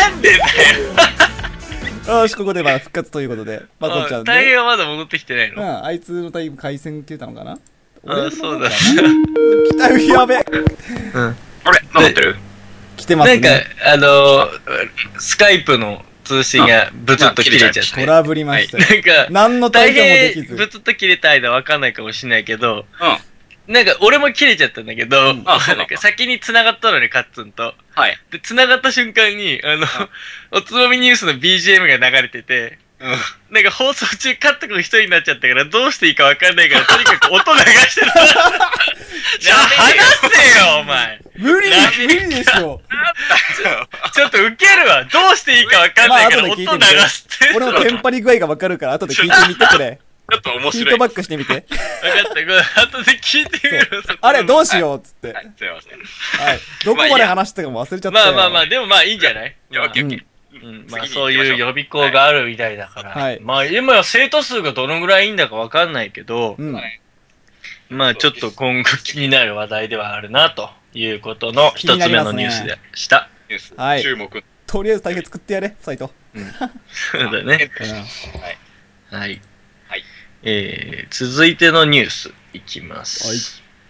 Speaker 3: よし、ここでまあ復活ということで、まこちゃん
Speaker 4: タイヤはまだ戻ってきてないの？
Speaker 3: あいつのタイム回線切れたのかな。
Speaker 4: そうだ。
Speaker 3: 来たよ、やべ。
Speaker 2: あれ何なってる？
Speaker 3: 来てますね。
Speaker 4: なんか、スカイプの通信がブツッと切れちゃって。
Speaker 3: トラブりましたよ。
Speaker 4: なんか、
Speaker 3: 何の対応もできず。
Speaker 4: ブツッと切れた間わかんないかもしれないけど、なんか俺も切れちゃったんだけど、なんか先に繋がったのね、カッツンと。
Speaker 2: はい。
Speaker 4: で、繋がった瞬間に、おつまみニュースの BGM が流れてて、なんか放送中カット君一人になっちゃったからどうしていいかわかんないからとにかく音流してる。じゃあ話せよ、お前。
Speaker 3: 無理でしょ。
Speaker 4: ちょっとウケるわ。どうしていいかわかんないから音流してる。
Speaker 3: 俺のテンパり具合がわかるから後で聞いてみてくれ。
Speaker 2: ちょっと面白い。
Speaker 3: ヒートバックしてみて。
Speaker 4: 分かった。これ後で聞いてみる。
Speaker 3: あれ、どうしようっつって。
Speaker 2: すいません。
Speaker 3: はい。どこまで話したかも忘れちゃったよ。
Speaker 4: まあ、でもまあいいんじゃない？
Speaker 2: オッケーオッケー。
Speaker 4: まあそういう予備校があるみたいだから。
Speaker 3: はい。
Speaker 4: まあ今は生徒数がどのぐらいいいんだかわかんないけど、まあちょっと今後気になる話題ではあるなということの一つ目のニュースでした。
Speaker 3: はい。
Speaker 2: 注目。
Speaker 3: とりあえず大変作ってやれ、サイト。
Speaker 4: そうだね。はい。続いてのニュースいきます。はい。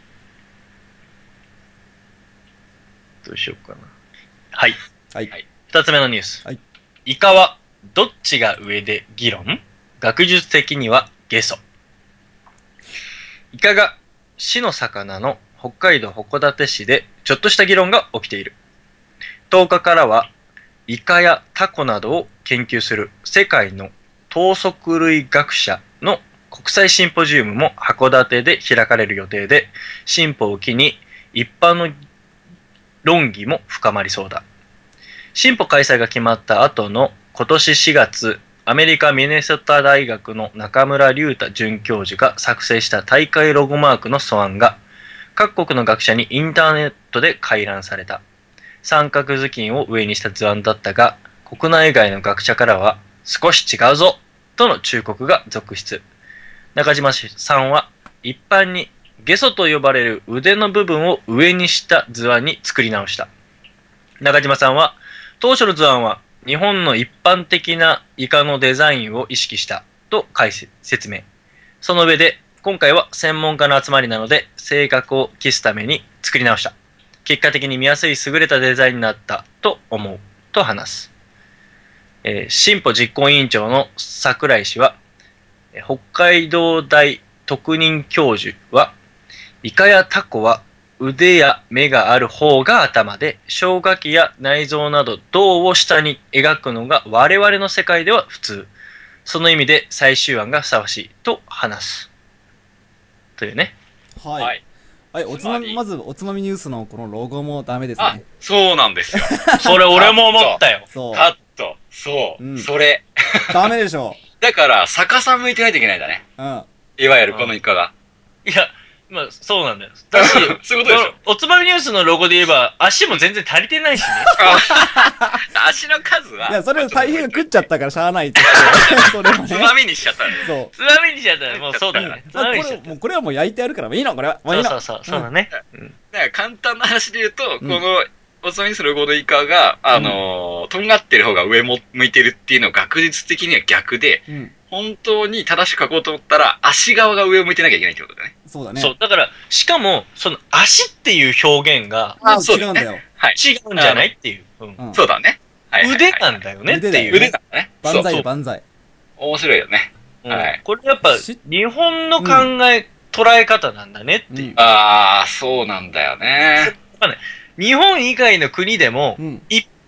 Speaker 4: どうしようかな。はい。
Speaker 3: はい。
Speaker 4: 二つ目のニュース。
Speaker 3: はい。
Speaker 4: イカはどっちが上で議論？学術的にはゲソ。イカが市の魚の北海道函館市でちょっとした議論が起きている。10日からはイカやタコなどを研究する世界の頭足類学者の国際シンポジウムも函館で開かれる予定で、進歩を機に一般の論議も深まりそうだ。進歩開催が決まった後の今年4月、アメリカミネソタ大学の中村隆太准教授が作成した大会ロゴマークの素案が各国の学者にインターネットで回覧された。三角頭巾を上にした図案だったが、国内外の学者からは少し違うぞとの忠告が続出。中島さんは一般にゲソと呼ばれる腕の部分を上にした図案に作り直した。中島さんは当初の図案は日本の一般的なイカのデザインを意識したと説明。その上で今回は専門家の集まりなので性格を期すために作り直した。結果的に見やすい優れたデザインになったと思うと話す。進歩実行委員長の櫻井氏は北海道大特任教授はイカやタコは腕や目がある方が頭で、消化器や内臓など胴を下に描くのが我々の世界では普通。その意味で最終案がふさわしいと話す。というね。
Speaker 3: はい。はい、まずおつまみニュースのこのロゴもダメですね。
Speaker 2: あ、そうなんですよ。
Speaker 4: それ俺も思ったよ。
Speaker 3: そう。
Speaker 2: カット。そう。それ。
Speaker 3: ダメでしょ。
Speaker 2: だから、逆さ向いてないといけないんだね。いわゆるこのイカが。
Speaker 4: いや、まあ、そうなんだよ。だし、
Speaker 2: そういうことでしょ。
Speaker 4: おつまみニュースのロゴで言えば、足も全然足りてないしね。
Speaker 2: 足の数は。
Speaker 3: いや、それ大変食っちゃったからしゃあないって。それはね。
Speaker 2: つまみにしちゃったの。
Speaker 3: そう。
Speaker 4: つまみにしちゃったら、もうそうだから。
Speaker 3: これはもう焼いてあるから、いいのこれは。もういいの。
Speaker 4: そうだね。
Speaker 2: だから簡単な話で言うと、この、おつまみニュースのロゴのイカが、とんがってる方が上も向いてるっていうのは学術的には逆で、本当に正しく書こうと思ったら、足側が上を向いてなきゃいけないってことだね。
Speaker 3: そうだね。
Speaker 4: そう、だから、しかも、その足っていう表現が、
Speaker 3: 違うんだよ。
Speaker 4: はい。違うんじゃないっていう。
Speaker 2: そうだね。
Speaker 4: 腕なんだよねっていう。
Speaker 2: 腕なんだね。
Speaker 3: 万歳よ、万歳。
Speaker 2: 面白いよね。
Speaker 4: はい。これやっぱ、日本の考え、捉え方なんだねっていう。
Speaker 2: ああ、そうなんだよね。
Speaker 4: 日本以外の国でも、一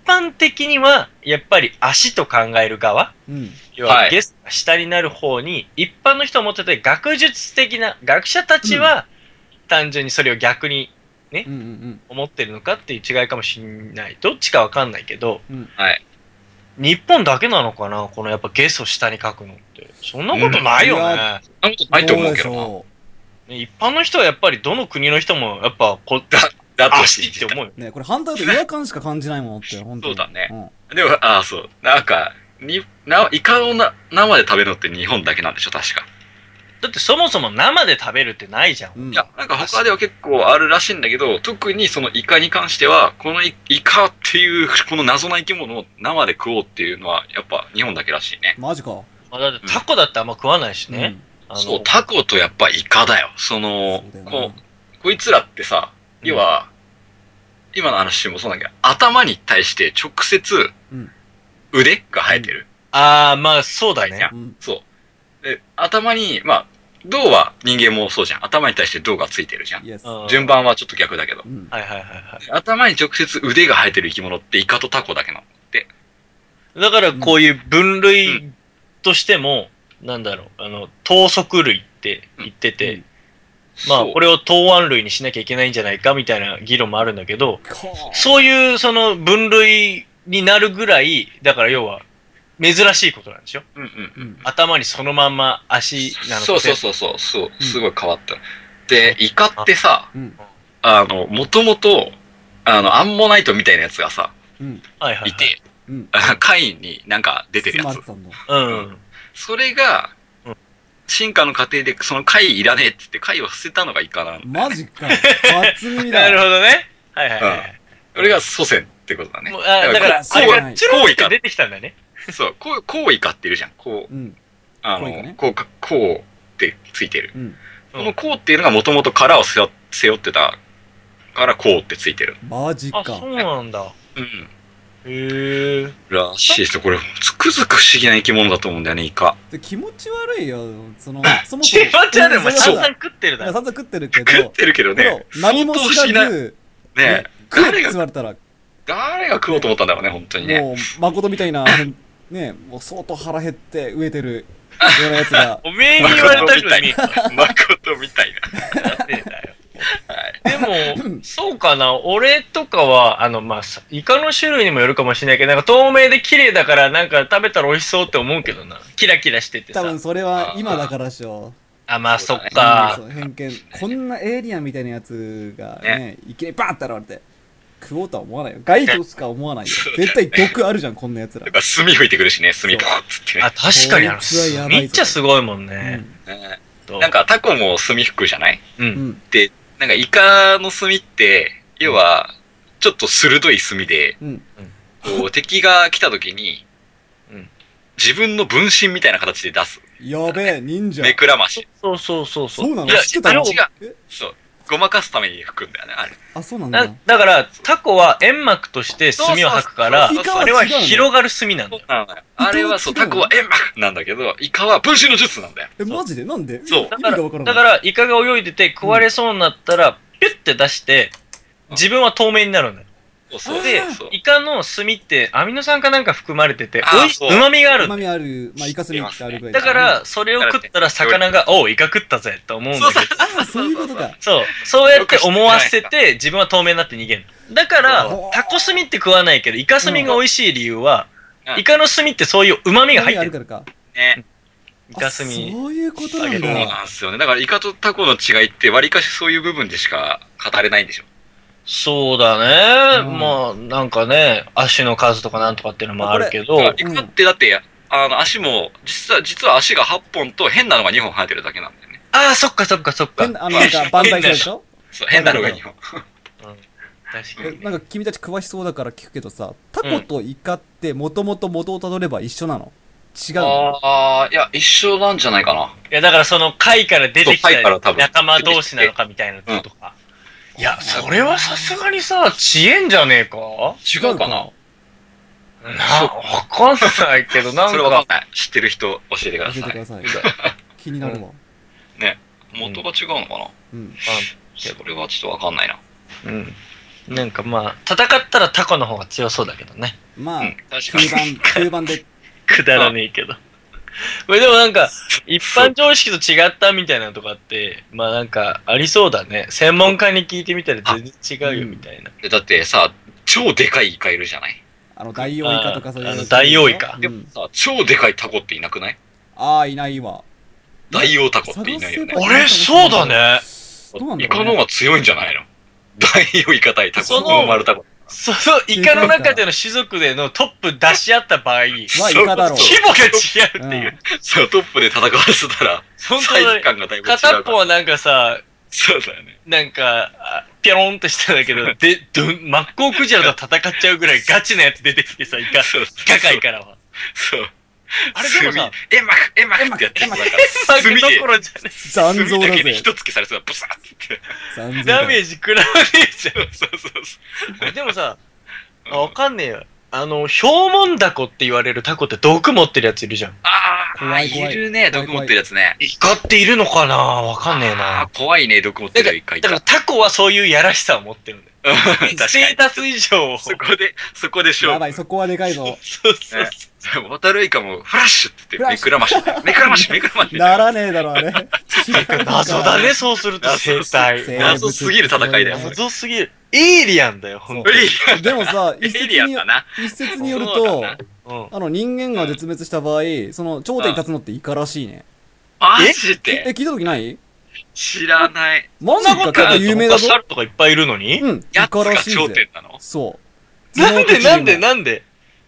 Speaker 4: 般的には、やっぱり足と考える側、要はゲストが下になる方に、一般の人は持ってて、学術的な、学者たちは、単純にそれを逆にね、思ってるのかっていう違いかもしれない。どっちかわかんないけど、日本だけなのかな、このやっぱゲスを下に書くのって。そんなことないよね。
Speaker 2: そんなことないと思うけど
Speaker 4: な。一般の人はやっぱりどの国の人もやっぱ
Speaker 2: だと
Speaker 4: 足って思うよ
Speaker 3: ね。これ反対だと違和感しか感じないもんって、本当に。
Speaker 2: そうだね。でも、そう。なんか、イカを生で食べるのって日本だけなんでしょ、確か。
Speaker 4: だってそもそも生で食べるってないじゃん。
Speaker 2: いや、なんか他では結構あるらしいんだけど、特にそのイカに関しては、このイカっていう、この謎の生き物を生で食おうっていうのは、やっぱ日本だけらしいね。
Speaker 3: マジか。
Speaker 4: だってタコだってあんま食わないしね。
Speaker 2: そう、タコとやっぱイカだよ。こいつらってさ、要は、今の話もそうなんだけど、頭に対して直接、腕が生えてる。
Speaker 4: まあそうだね。
Speaker 2: そう。で、頭に、まあ、胴は人間もそうじゃん。頭に対して胴がついてるじゃん。順番はちょっと逆だけど。頭に直接腕が生えてる生き物ってイカとタコだけなのって。
Speaker 4: だからこういう分類としても、なんだろう、頭足類って言ってて、まあこれを頭腕類にしなきゃいけないんじゃないかみたいな議論もあるんだけど、そういうその分類になるぐらい、だから要は、珍しいことなんでしょ。頭にそのまんま足なのか。
Speaker 2: そう。すごい変わった。で、イカってさ、もともと、アンモナイトみたいなやつがさ、いて、貝になんか出てるやつ。それが、進化の過程でその貝いらねえって言って貝を捨てたのがイカなの。
Speaker 3: マジか。初耳だ。
Speaker 4: なるほどね。
Speaker 2: これが祖先ってことだね。
Speaker 4: だから、あれがチュロって出てきたんだね。
Speaker 2: そう、コウイカっているじゃん。コウってついてる。このコウっていうのがもともと殻を背負ってたからコウってついてる。
Speaker 3: マジか。
Speaker 4: そうなんだ。へえ。
Speaker 2: らしいですよ。これ、つくづく不思議な生き物だと思うんだよね、イカ。
Speaker 3: 気持ち悪いよ。そもそも。
Speaker 4: 気持ち悪い。お前散々食ってるだろ。
Speaker 3: 散々食ってるけど。
Speaker 2: 食ってるけどね。
Speaker 3: 何も知らず、
Speaker 2: ね、
Speaker 3: 食えって言われたら。
Speaker 2: 誰が食おうと思ったんだろうね、本当にね。
Speaker 3: もう、誠みたいな、ね、もう相当腹減って飢えてるようなやつが。
Speaker 4: おめえに言われたのに。
Speaker 2: 誠みたいな。
Speaker 4: やってんだよ。でも、そうかな、俺とかは、まあ、イカの種類にもよるかもしれないけど、なんか透明で綺麗だから、なんか食べたら美味しそうって思うけどな。キラキラしててさ。
Speaker 3: 多分それは今だからでしょ。
Speaker 4: まあ、そっか。
Speaker 3: 偏見。こんなエイリアンみたいなやつがね、いきなりバーって現れて。食おうとは思わないよ。害としか思わないよ。絶対毒あるじゃん、こんな奴ら。
Speaker 2: 炭吹いてくるしね、炭パーッつってね。
Speaker 4: 確かに炭めっちゃすごいもんね。
Speaker 2: なんかタコも炭吹くじゃない？で、なんかイカの炭って、要は、ちょっと鋭い炭で、敵が来た時に、自分の分身みたいな形で出す。
Speaker 3: やべえ、忍者。
Speaker 2: 目くらまし。
Speaker 4: そう。
Speaker 3: そうなの？
Speaker 2: いや、
Speaker 3: 知ってたの？
Speaker 2: そう。ごまかすために吹くんだよね、あれ。
Speaker 3: そうなんだ。
Speaker 4: だから、タコは煙幕として炭を吐くから、あれは広がる炭なんだよ。
Speaker 2: あれはそう、タコは煙幕なんだけど、イカは分身の術なんだよ。
Speaker 3: マジでなんで？
Speaker 2: そう。
Speaker 3: 意味がわからない。
Speaker 4: だから、イカが泳いでて食われそうになったら、ピュッて出して、自分は透明になるんだよ。で、イカの炭ってアミノ酸かなんか含まれてて、旨味がある。
Speaker 3: 旨味ある、まあイカ炭ってあるぐらい。
Speaker 4: だから、それを食ったら魚が、おう、イカ食ったぜって思うんだけど。
Speaker 3: そういうことか。
Speaker 4: そうやって思わせて、自分は透明になって逃げる。だから、タコ炭って食わないけど、イカ炭が美味しい理由は、イカの炭ってそういう旨味が入ってる。
Speaker 2: ね。
Speaker 4: イカ炭。
Speaker 3: そういうことなんだ。
Speaker 2: そうなんですよね。だからイカとタコの違いって、割かしそういう部分でしか語れないんでしょ。
Speaker 4: そうだね。まあ、なんかね、足の数とかなんとかっていうのもあるけど。
Speaker 2: イカってだって、足も、実は足が8本と変なのが2本生えてるだけなんだよね。
Speaker 4: そっか。
Speaker 3: なんか、万歳したでしょ？
Speaker 2: そう、変なのが2本。
Speaker 4: 確かに。
Speaker 3: なんか君たち詳しそうだから聞くけどさ、タコとイカってもともと元をたどれば一緒なの？違うの？
Speaker 2: いや、一緒なんじゃないかな。
Speaker 4: いや、だからその貝から出てきた仲間同士なのかみたいなことか。いや、それはさすがにさ、遅延じゃねえか？
Speaker 2: 違うかな？
Speaker 4: わかんないけど、なんか。
Speaker 2: それわかんない。知ってる人教えてください。
Speaker 3: 教えてください。気になるわ。
Speaker 2: ね。元が違うのかな？それはちょっとわかんないな。
Speaker 4: なんかまあ、戦ったらタコの方が強そうだけどね。
Speaker 3: まあ、
Speaker 2: 確かに。
Speaker 3: 中盤で。
Speaker 4: くだらねえけど。これでもなんか、一般常識と違ったみたいなのとかって、まあなんか、ありそうだね。専門家に聞いてみたら全然違うよみたいな。
Speaker 2: だってさ、超でかいイカいるじゃない？
Speaker 3: ダイオウイカとかそういう。
Speaker 4: ダイオウイカ。
Speaker 2: でもさ、超でかいタコっていなくない？
Speaker 3: ああ、いないわ。
Speaker 2: ダイオウタコっていないよね。
Speaker 4: あれそうだね。
Speaker 2: イカの方が強いんじゃないの？ダイオウイカ対タコの丸タコ。
Speaker 4: そのイカの中での種族でのトップ出し合った場合、
Speaker 3: まあイカだろう。
Speaker 4: 規模が違うっていう。
Speaker 2: そう、トップで戦わせたら、サイズ感がだいぶ違う。
Speaker 4: 片っぽはなんかさ、
Speaker 2: そうだよね。
Speaker 4: なんか、ピョロンとしたんだけど、マッコウクジラと戦っちゃうぐらいガチなやつ出てきてさ、イカ界からは。
Speaker 2: そう。
Speaker 4: あれでもさ、
Speaker 2: エマクってやってる。
Speaker 4: エマクどころじゃねえ。
Speaker 3: 残像だぜ。
Speaker 2: 一突きされそうだ、ブサッって。
Speaker 4: ダメージ食らわねえじゃん。
Speaker 2: そう。
Speaker 4: でもさ、わかんねえよ。ヒョウモンダコって言われるタコって毒持ってるやついるじゃん。
Speaker 2: いるね、毒持ってるやつね。
Speaker 4: イカっているのかなわかんねえな。
Speaker 2: 怖いね、毒持ってるイカ。
Speaker 4: だからタコはそういうやらしさを持ってるんだよ。ステータス以上。
Speaker 2: そこで勝負。
Speaker 3: やばい、そこはでかいぞ。
Speaker 2: そう。ホタルイカもフラッシュって言って、めくらまし。
Speaker 3: ならねえだろ、あれ。
Speaker 4: 謎だね、そうすると生態。
Speaker 2: 謎すぎる戦いだよ。
Speaker 4: 謎すぎる。エイリアンだよ、ほんとに。
Speaker 3: でもさ、一説によると、人間が絶滅した場合、その頂点に立つのってイカらしいね。
Speaker 2: マジで？
Speaker 3: 聞いた時ない？
Speaker 2: 知らない。
Speaker 3: マジか、結構有名だぞ。
Speaker 4: 猿とかいっぱいいるのに？
Speaker 3: うん、イカらしいぜ。
Speaker 2: 頂点なの？
Speaker 3: そう。
Speaker 4: なんで
Speaker 3: なんだろう、
Speaker 4: なんで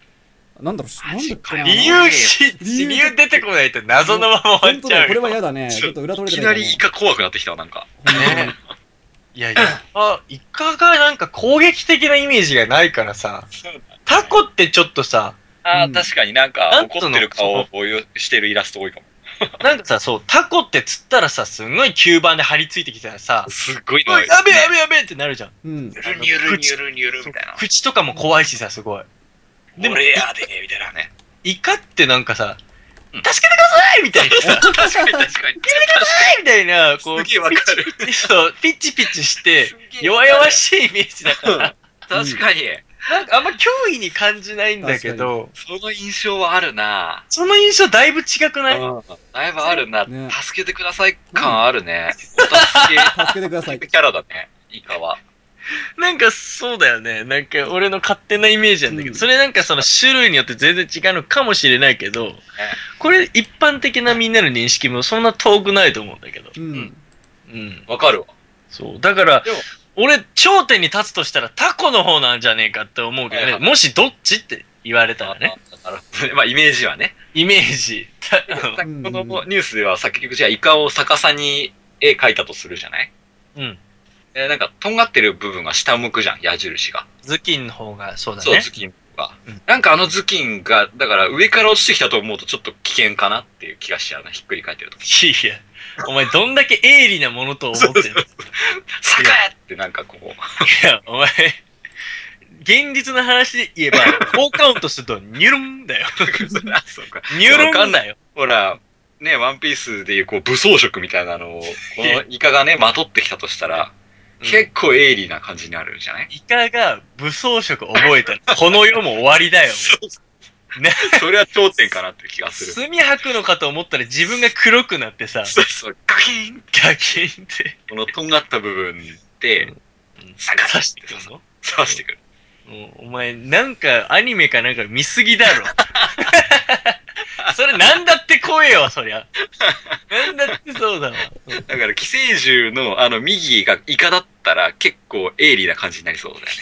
Speaker 4: 理由出てこないと謎のまま終わっちゃうよ。
Speaker 3: これは嫌だね。ちょっと裏取れてない。
Speaker 2: いきなりイカ怖くなってきたわ、なんか。
Speaker 4: ね。いや、イカがなんか攻撃的なイメージがないからさ、タコってちょっとさ、
Speaker 2: 確かになんか怒ってる顔をしてるイラスト多いかも。
Speaker 4: なんかさ、そう、タコって釣ったらさ、すんごい吸盤で張り付いてきたらさ、
Speaker 2: すっごいの。
Speaker 4: やべえってなるじゃん。
Speaker 2: ニュルみたいな。
Speaker 4: 口とかも怖いしさ、すごい。
Speaker 2: でも、レアでみたいなね。
Speaker 4: イカってなんかさ、助けてくださいみたいなさ。
Speaker 2: 確かに。
Speaker 4: 助けてくださいみたいな、こう、
Speaker 2: すげえわかる。
Speaker 4: そう、ピッチして、弱々しいイメージだから。
Speaker 2: 確かに。
Speaker 4: なんかあんま脅威に感じないんだけど、
Speaker 2: その印象はあるな。
Speaker 4: その印象だいぶ違くない？
Speaker 2: だいぶあるな。助けてください感あるね。
Speaker 3: 助けてください。
Speaker 2: キャラだね、イカは。
Speaker 4: なんかそうだよね。なんか俺の勝手なイメージなんだけど、それなんかその種類によって全然違うのかもしれないけど、これ一般的なみんなの認識もそんな遠くないと思うんだけど。
Speaker 2: わかるわ。
Speaker 4: そう。だから、俺頂点に立つとしたらタコの方なんじゃねえかって思うけどね。もしどっちって言われたらね。
Speaker 2: まあイメージはね。
Speaker 4: イメージ。
Speaker 2: このニュースでは結局じゃあイカを逆さに絵描いたとするじゃない？うん。なんか、とんがってる部分が下向くじゃん、矢印が。
Speaker 4: 頭巾の方が、そうだね。
Speaker 2: そう、頭巾が。なんか頭巾が、だから上から落ちてきたと思うとちょっと危険かなっていう気がしちゃうな、ひっくり返ってると。
Speaker 4: いや、お前どんだけ鋭利なものと思ってるの？
Speaker 2: サカーってなんかこう。い
Speaker 4: や、お前、現実の話で言えば、4カウントするとニュルンだよ。
Speaker 2: そうか。
Speaker 4: ニュルンだよ。
Speaker 2: ほら、ね、ワンピースでいうこう武装色みたいなのを、このイカがね、まとってきたとしたら、結構鋭利な感じになるじゃない？
Speaker 4: イカが武装色覚えたら、この世も終わりだよ。
Speaker 2: ね、それは頂点かなって気がする。
Speaker 4: 墨吐くのかと思ったら自分が黒くなってさ。
Speaker 2: そう、ガキーン
Speaker 4: って。
Speaker 2: このとんがった部分で、
Speaker 4: 刺してくるの？
Speaker 2: 刺してくる。
Speaker 4: お前、なんかアニメかなんか見すぎだろ。それなんだって怖えよ、そりゃ。なんだってそうだわ。
Speaker 2: だから寄生獣の右がイカだったら結構鋭利な感じになりそうだよね。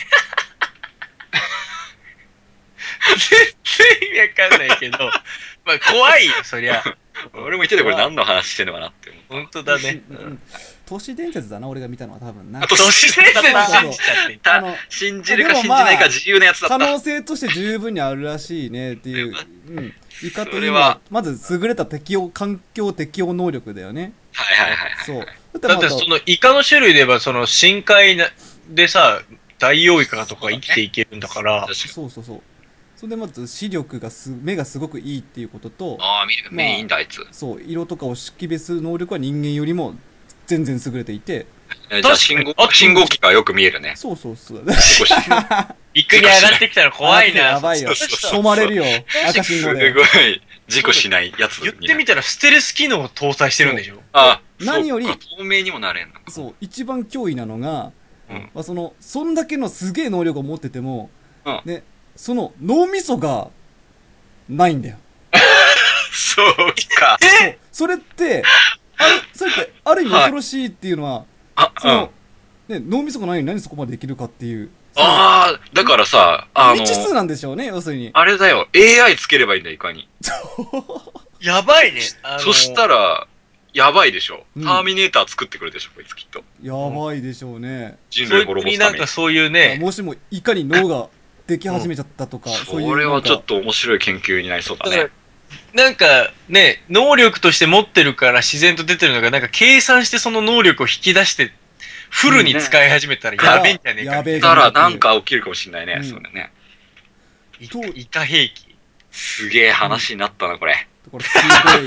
Speaker 4: 全然意味わかんないけど、まあ怖いよ、そりゃ。
Speaker 2: 俺も言っててこれ何の話してんのかなって思う。
Speaker 4: 本当だね。
Speaker 3: 都市伝説だな、俺が見たのは多分な。
Speaker 2: 都市伝説信じちゃって信じるか信じないか自由なやつだった。
Speaker 3: 可能性として十分にあるらしいねっていう。イカというのは、まず優れた環境適応能力だよね。
Speaker 2: はい。
Speaker 3: そう。
Speaker 4: だってそのイカの種類で言えば、その深海でさ、ダイオウイカとか生きていけるんだから。
Speaker 3: そう。それでまず視力が目がすごくいいっていうことと、
Speaker 2: 目いいんだあいつ。
Speaker 3: そう、色とかを識別能力は人間よりも全然優れていて。
Speaker 2: じゃあ信号機がよく見えるね。
Speaker 3: そうそうそう。
Speaker 4: 陸に上がってきたら怖いな。
Speaker 3: やばいよ。止まれるよ。赤信号で。
Speaker 2: すごい、事故しないやつ。
Speaker 4: 言ってみたらステルス機能を搭載してるんでしょ。
Speaker 3: 何より、
Speaker 2: 透明にもなれんの。
Speaker 3: そう、一番脅威なのが、そんだけのすげえ能力を持ってても、ね、その脳みそが、ないんだよ。
Speaker 2: そうか。
Speaker 3: それって、ある意味恐ろしいっていうのは、脳みそがないのに何そこまでできるかっていう。
Speaker 2: だからさ、
Speaker 3: 未知数なんでしょうね、要するに。
Speaker 2: あれだよ、AI つければいいんだよ、いかに。
Speaker 4: やばいね。
Speaker 2: そしたら、やばいでしょ。ターミネーター作ってくるでしょ、こいつきっと。
Speaker 3: やばいでしょうね。
Speaker 2: 人類滅ぼすために。
Speaker 4: なんかそういうね。
Speaker 3: もしも、いかに脳ができ始めちゃったとか、そういう。
Speaker 2: これはちょっと面白い研究になりそうだね。
Speaker 4: なんかね、能力として持ってるから自然と出てるのが、なんか計算してその能力を引き出して、フルに使い始めたらやべえんじゃねえか。
Speaker 3: やべえ。
Speaker 2: たらなんか起きるかもしんないね、それね。
Speaker 4: イカ兵器。
Speaker 2: すげえ話になったな、これ。
Speaker 3: これ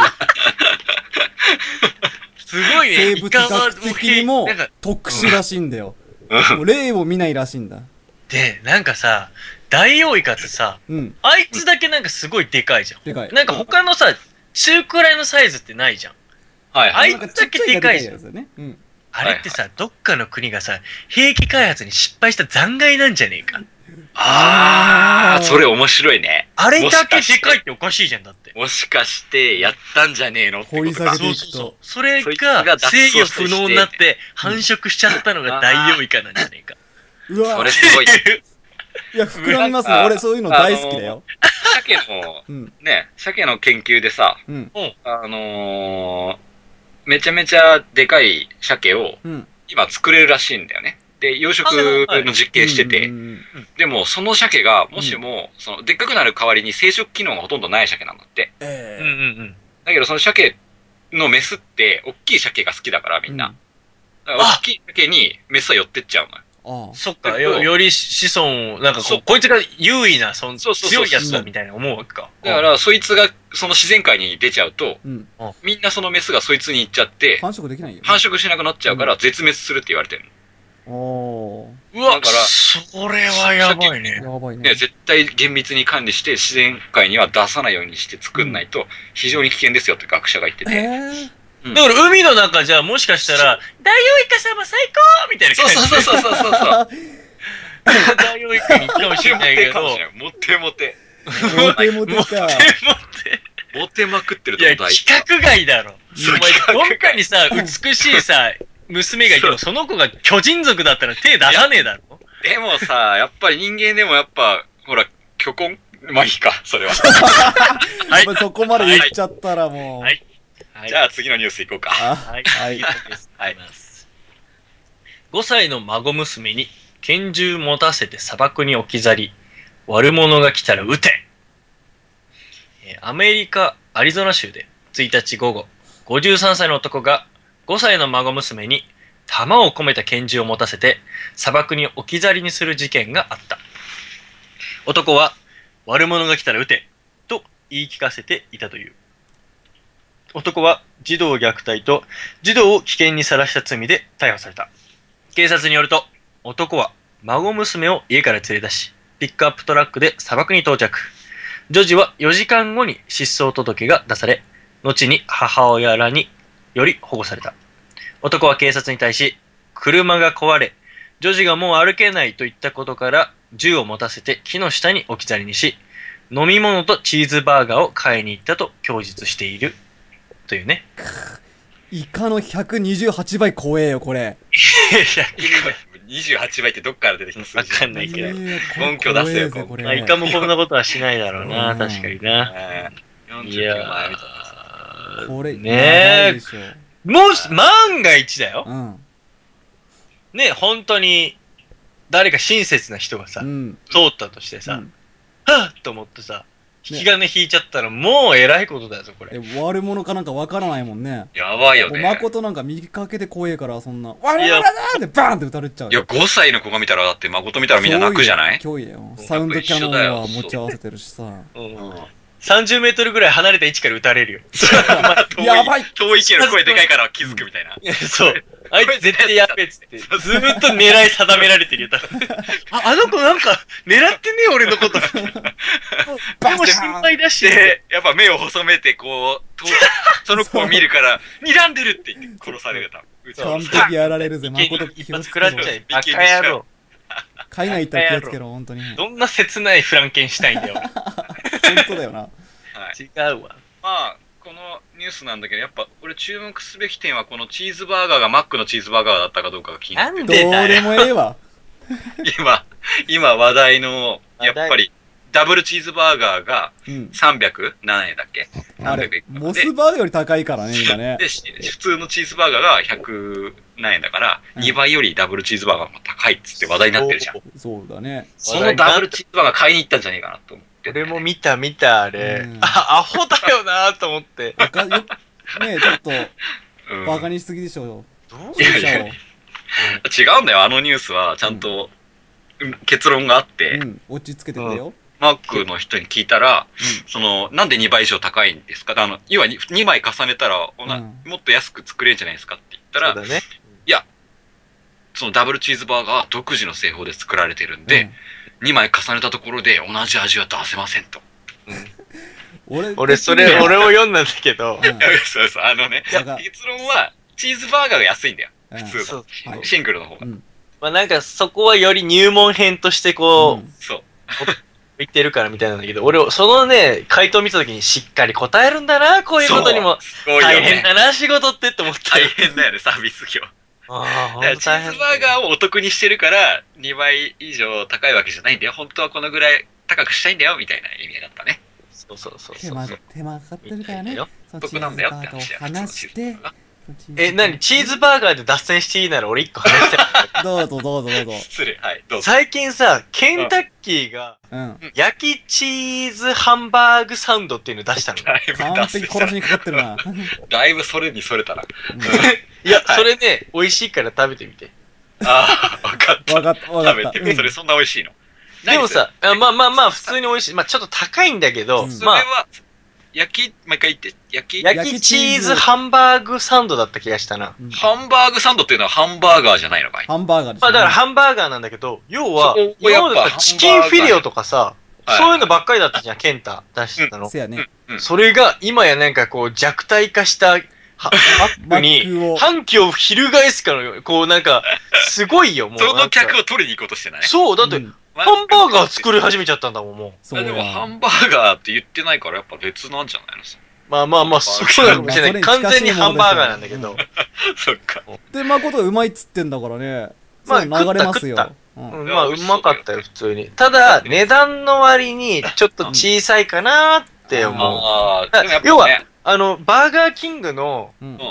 Speaker 4: すごいね。
Speaker 3: 生物学的にも特殊らしいんだよ。例を見ないらしいんだ。
Speaker 4: で、なんかさ、ダイオウイカってさ、あいつだけなんかすごいでかいじゃん。
Speaker 3: でかい。
Speaker 4: なんか他のさ、中くらいのサイズってないじゃん。
Speaker 2: はい。
Speaker 4: あいつだけでかいじゃん。
Speaker 3: ん。
Speaker 4: あれってさ、どっかの国がさ、兵器開発に失敗した残骸なんじゃねえか。
Speaker 2: それ面白いね。
Speaker 4: あれだけでかいっておかしいじゃんだって。
Speaker 2: もしかしてやったんじゃねえのってことか。
Speaker 3: 掘り下げていくと。
Speaker 4: それが制御不能になって繁殖しちゃったのがダイオウイカなんじゃねえか。
Speaker 2: うわ、それすごい。
Speaker 3: いや、膨らみますね。俺そういうの大好きだよ。
Speaker 2: 鮭の研究でさ、めちゃめちゃでかい鮭を今作れるらしいんだよね。で、養殖の実験してて、でもその鮭がもしも、でっかくなる代わりに生殖機能がほとんどない鮭なんだって。だけどその鮭のメスって、大きい鮭が好きだからみんな。だから大きい鮭にメスは寄ってっちゃうのよ。
Speaker 4: そっか、より子孫を、なんかこいつが優位な、強いやつだみたいな思うわけか。
Speaker 2: だから、そいつが、その自然界に出ちゃうと、みんなそのメスがそいつに行っちゃって、
Speaker 3: 繁殖できないよ。
Speaker 2: 繁殖しなくなっちゃうから、絶滅するって言われてる
Speaker 3: の。
Speaker 4: うわ、だから、それはやばいね。
Speaker 3: やばいね。
Speaker 2: 絶対厳密に管理して、自然界には出さないようにして作んないと、非常に危険ですよって学者が言ってて。
Speaker 4: だから海の中じゃもしかしたら、ダイオウイカ様最高みたいな感じで。
Speaker 2: そう。
Speaker 4: ダイオウイカに行くかもしれないけど。
Speaker 2: モテモテ。
Speaker 3: モテモテか。
Speaker 2: モテまくってるとこ
Speaker 4: 大事。いや、規格外だろ。お前、どっかにさ、美しいさ、娘がいても、その子が巨人族だったら手出さねえだろ。
Speaker 2: でもさ、やっぱり人間でもやっぱ、ほら、虚婚まあいいか、それは。
Speaker 3: はい。そこまで言っちゃったらもう。
Speaker 2: はい。じゃあ次のニュースいこうか。
Speaker 4: はい。5歳の孫娘に拳銃持たせて砂漠に置き去り、悪者が来たら撃て。アメリカ・アリゾナ州で1日午後、53歳の男が5歳の孫娘に弾を込めた拳銃を持たせて砂漠に置き去りにする事件があった。男は悪者が来たら撃てと言い聞かせていたという。男は児童虐待と児童を危険にさらした罪で逮捕された。警察によると、男は孫娘を家から連れ出し、ピックアップトラックで砂漠に到着。女児は4時間後に失踪届が出され、後に母親らにより保護された。男は警察に対し、車が壊れ、女児がもう歩けないといったことから、銃を持たせて木の下に置き去りにし、飲み物とチーズバーガーを買いに行ったと供述している。というね。
Speaker 3: イカの128倍怖えよ、これ。
Speaker 2: 28倍ってどっから出てきた数字
Speaker 4: わかんないけど。
Speaker 2: 根拠出せよ、こ
Speaker 4: れ。イカもこんなことはしないだろうな、確かにな。
Speaker 2: 49万円みたいな。
Speaker 3: これ、
Speaker 4: ねえ。もし、万が一だよ。ね、本当に、誰か親切な人がさ、通ったとしてさ、はぁと思ってさ、引き金引いちゃったらもう偉いことだよ、これ。
Speaker 3: 悪者かなんかわからないもんね。
Speaker 2: やばいよね。
Speaker 3: 誠なんか見かけで怖えから、そんな、悪者だーってバーンって撃たれちゃう。
Speaker 2: いや、5歳の子が見たら、だって誠見たらみんな泣くじゃない？
Speaker 3: 脅威よ。サウンドキャノンは持ち合わせてるしさ。
Speaker 4: 30メートルぐらい離れた位置から撃たれるよ。
Speaker 3: やばい。
Speaker 2: 遠いけど声でかいから気づくみたいな。
Speaker 4: そう。あいつ絶対やべえっつって。ずーっと狙い定められてるよ、多分。あの子なんか、狙ってねえ俺のこと。でも心配だし。
Speaker 2: で、やっぱ目を細めてこう、その子を見るから、睨んでるって言って殺されるた。
Speaker 3: 完璧やられるぜ、誠
Speaker 4: 一発食らっちゃい。バカ野郎。
Speaker 3: 海外行ったら気をつけろ、本当に。
Speaker 4: どんな切ないフランケンシュタインだよ。
Speaker 3: 本当だよな。
Speaker 4: 違うわ。
Speaker 2: まあ、このニュースなんだけど、やっぱ俺注目すべき点はこのチーズバーガーがマックのチーズバーガーだったかどうかが気になってる。
Speaker 3: どうでもええわ。
Speaker 2: 今話題の、やっぱり、ダブルチーズバーガーが300何円だっけ、
Speaker 3: あれ、モスバーガーより高いからね、今ね。
Speaker 2: で、普通のチーズバーガーが100何円だから、2倍よりダブルチーズバーガーも高いっつって話題になってるじゃん。
Speaker 3: そうだね。
Speaker 2: そのダブルチーズバーガー買いに行ったんじゃねえかなと思って。
Speaker 4: 俺も見た、あれ。アホだよなと思って。
Speaker 3: ねえ、ちょっと、バカにしすぎでしょ。どう
Speaker 2: しよう。違うんだよ、あのニュースは、ちゃんと、結論があって。
Speaker 3: 落ち着けてくれよ。
Speaker 2: マックの人に聞いたら、なんで2倍以上高いんですか？要は2枚重ねたら、もっと安く作れるんじゃないですかって言ったら、いや、そのダブルチーズバーガーは独自の製法で作られてるんで、2枚重ねたところで同じ味は出せませんと。
Speaker 4: 俺を読んだんだけど、
Speaker 2: そうそう、結論は、チーズバーガーが安いんだよ。普通の。シングルの方が。
Speaker 4: まあなんかそこはより入門編としてこう、
Speaker 2: そう。
Speaker 4: 言ってるからみたいなんだけど、俺、そのね、回答見たときにしっかり答えるんだな、こういうことにも。大変だな、仕事って思った。
Speaker 2: 大変だよね、サービス業。チーズバーガーをお得にしてるから、2倍以上高いわけじゃないんだよ。本当はこのぐらい高くしたいんだよ、みたいな意味だったね。
Speaker 4: そう。
Speaker 3: 手間かかってるからね。
Speaker 2: お得なんだよって話。
Speaker 3: 話して、
Speaker 4: 何チーズバーガーで脱線していいなら俺1個話して
Speaker 3: どうぞ。
Speaker 2: 失礼、はい、どうぞ。
Speaker 4: 最近さ、ケンタッキーが、焼きチーズハンバーグサンドっていうの出したの。
Speaker 3: 完璧殺しにかかってるな。
Speaker 2: だいぶそれにそれたな。
Speaker 4: いや、それね、美味しいから食べてみて。
Speaker 2: ああ、わかった。
Speaker 3: 食
Speaker 2: べてみて。それそんな美味しいの？
Speaker 4: でもさ、まあ普通に美味しい。まあちょっと高いんだけど、まあ。もう一回言って。焼きチーズハンバーグサンドだった気がしたな。
Speaker 2: ハンバーグサンドっていうのはハンバーガーじゃないのかい？
Speaker 3: ハンバーガーです。
Speaker 4: まあだからハンバーガーなんだけど、要は、今までさ、チキンフィレオとかさ、そういうのばっかりだったじゃん、ケンタ出してたの。
Speaker 3: せやね。
Speaker 4: それが、今やなんかこう、弱体化したマックに、反旗を翻すかのように、こうなんか、すごいよ、もう。
Speaker 2: その客を取りに行こうとしてない？
Speaker 4: そう、だって、ハンバーガー作り始めちゃったんだもん、も
Speaker 2: う。でもハンバーガーって言ってないからやっぱ別なんじゃないの？
Speaker 4: まあ、そうなのかもしれない。完全にハンバーガーなんだけど。
Speaker 2: そっか。
Speaker 3: で、誠がうまいっつってんだからね。まあ、流れますよ。
Speaker 4: まあ、うまかったよ、普通に。ただ、値段の割に、ちょっと小さいかなーって思う。要は、バーガーキングの、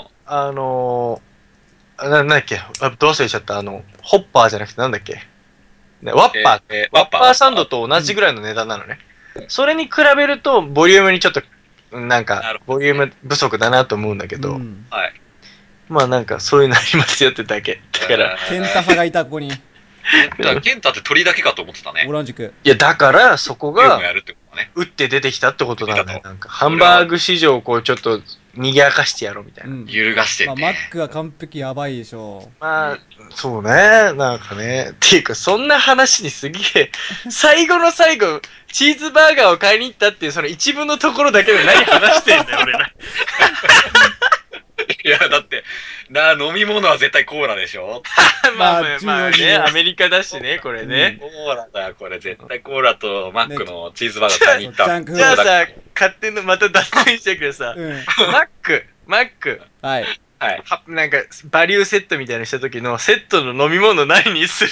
Speaker 4: なんだっけ、どう忘れちゃった、ホッパーじゃなくてなんだっけ。ワッパーサンドと同じぐらいの値段なのね。それに比べると、ボリュームにちょっと、なんか、ボリューム不足だなと思うんだけど、
Speaker 2: はい。
Speaker 4: まあなんか、そういうのありますよってだけ。だから。
Speaker 3: ケンタ派がいた、ここに。
Speaker 2: ケンタって鳥だけかと思ってたね。
Speaker 3: 同じく。
Speaker 4: いや、だから、そこが、打って出てきたってことなんだよ。なんか、ハンバーグ市場をこう、ちょっと、賑やかしてやろうみたいな。
Speaker 2: 揺るがしてね。
Speaker 3: マックは完璧やばいでしょ。
Speaker 4: まあ、そうね。なんかね。っていうか、そんな話にすげえ、最後の最後、チーズバーガーを買いに行ったっていう、その一部のところだけで何話してんだよ、俺ら。
Speaker 2: いや、だって、飲み物は絶対コーラでしょ？
Speaker 4: まあね、アメリカだしね、これね。
Speaker 2: コーラだよ、これ。絶対コーラとマックのチーズバーガー買いに行った。
Speaker 4: じゃあさ、勝手にまた脱線してくれさ、マック。
Speaker 3: はい。
Speaker 4: なんか、バリューセットみたいにした時の、セットの飲み物何にする？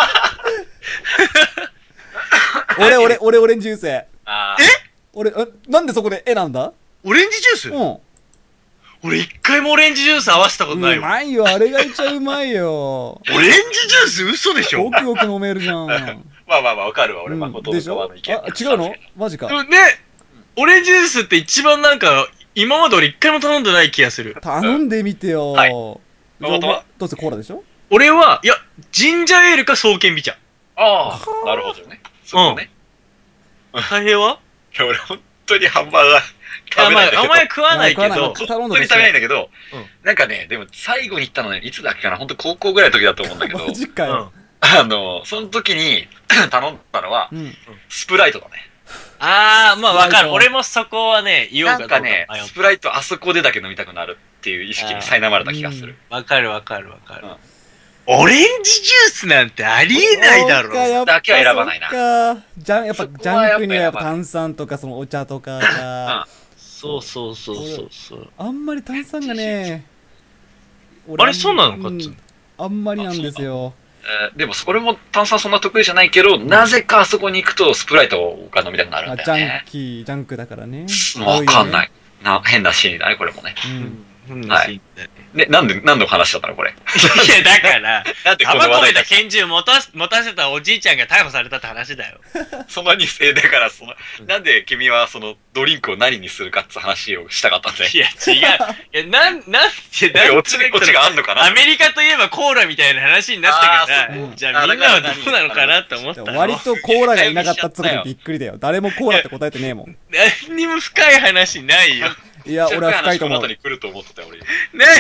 Speaker 3: 俺オレンジジュース。なんでそこでなんだ？
Speaker 4: オレンジジュース？俺一回もオレンジジュース合わせたことないよ。
Speaker 3: うまいよ、あれが一番うまいよ。
Speaker 4: オレンジジュース嘘でしょ？
Speaker 3: ごくごく飲めるじゃん。
Speaker 2: まあ、わかるわ、俺、誠の側の意見。
Speaker 3: 違うの？マジか。
Speaker 4: ね、オレンジジュースって一番なんか、今まで俺一回も頼んでない気がする。
Speaker 3: 頼んでみてよ。
Speaker 2: はい。
Speaker 3: どうせコーラでしょ？
Speaker 4: 俺は、いや、ジンジャーエールか爽健美茶。
Speaker 2: ああ、なるほどね。そうね。
Speaker 4: 太平はい
Speaker 2: や、俺本当にハンバーガー食べないんだけど。
Speaker 5: あんまり食わないけど、
Speaker 2: 本当に食べないんだけど、なんかね、でも最後に行ったのね、いつだっけかな、本当高校ぐらいの時だと思うんだけど、
Speaker 3: マジかよ。
Speaker 2: その時に頼んだのは、スプライトだね。
Speaker 5: まあわかる。俺もそこはね、言おうかどうか。
Speaker 2: なんかね、スプライトあそこでだけ飲みたくなるっていう意識に苛まれた気がする。
Speaker 5: わかる。オレンジジュースなんてありえないだろ。
Speaker 2: だけは選ばないな。
Speaker 3: やっぱジャンクにはやっぱ炭酸とかそのお茶とかが。
Speaker 5: そう。
Speaker 3: あんまり炭酸がね、
Speaker 5: あれそうなのかっつ
Speaker 3: あんまりなんですよ。
Speaker 2: でもそれも炭酸そんな得意じゃないけど、なぜかあそこに行くとスプライトが飲みたくなるんだよね。
Speaker 3: ジャンクだからね。
Speaker 2: わかんない。変なシーンだね、これもね。はい。で、なんで話しちゃったのこれ。
Speaker 5: いや、だから、タバコで拳銃持たせたおじいちゃんが逮捕されたって話だよ。
Speaker 2: その2世だから、なんで君はそのドリンクを何にするかって話をしたかったんだよ。
Speaker 5: いや、違う。いや、なんで、
Speaker 2: オチがあんのかな。
Speaker 5: アメリカといえばコーラみたいな話になったから、じゃあみんなはどうなのかなって思ったの。
Speaker 3: 割とコーラがいなかったっつうことびっくりだよ。誰もコーラって答えてねえもん。
Speaker 5: 何にも深い話ないよ。
Speaker 3: いや、俺は深いと思う。
Speaker 2: 後に来ると思ってたよ、俺。
Speaker 5: ない。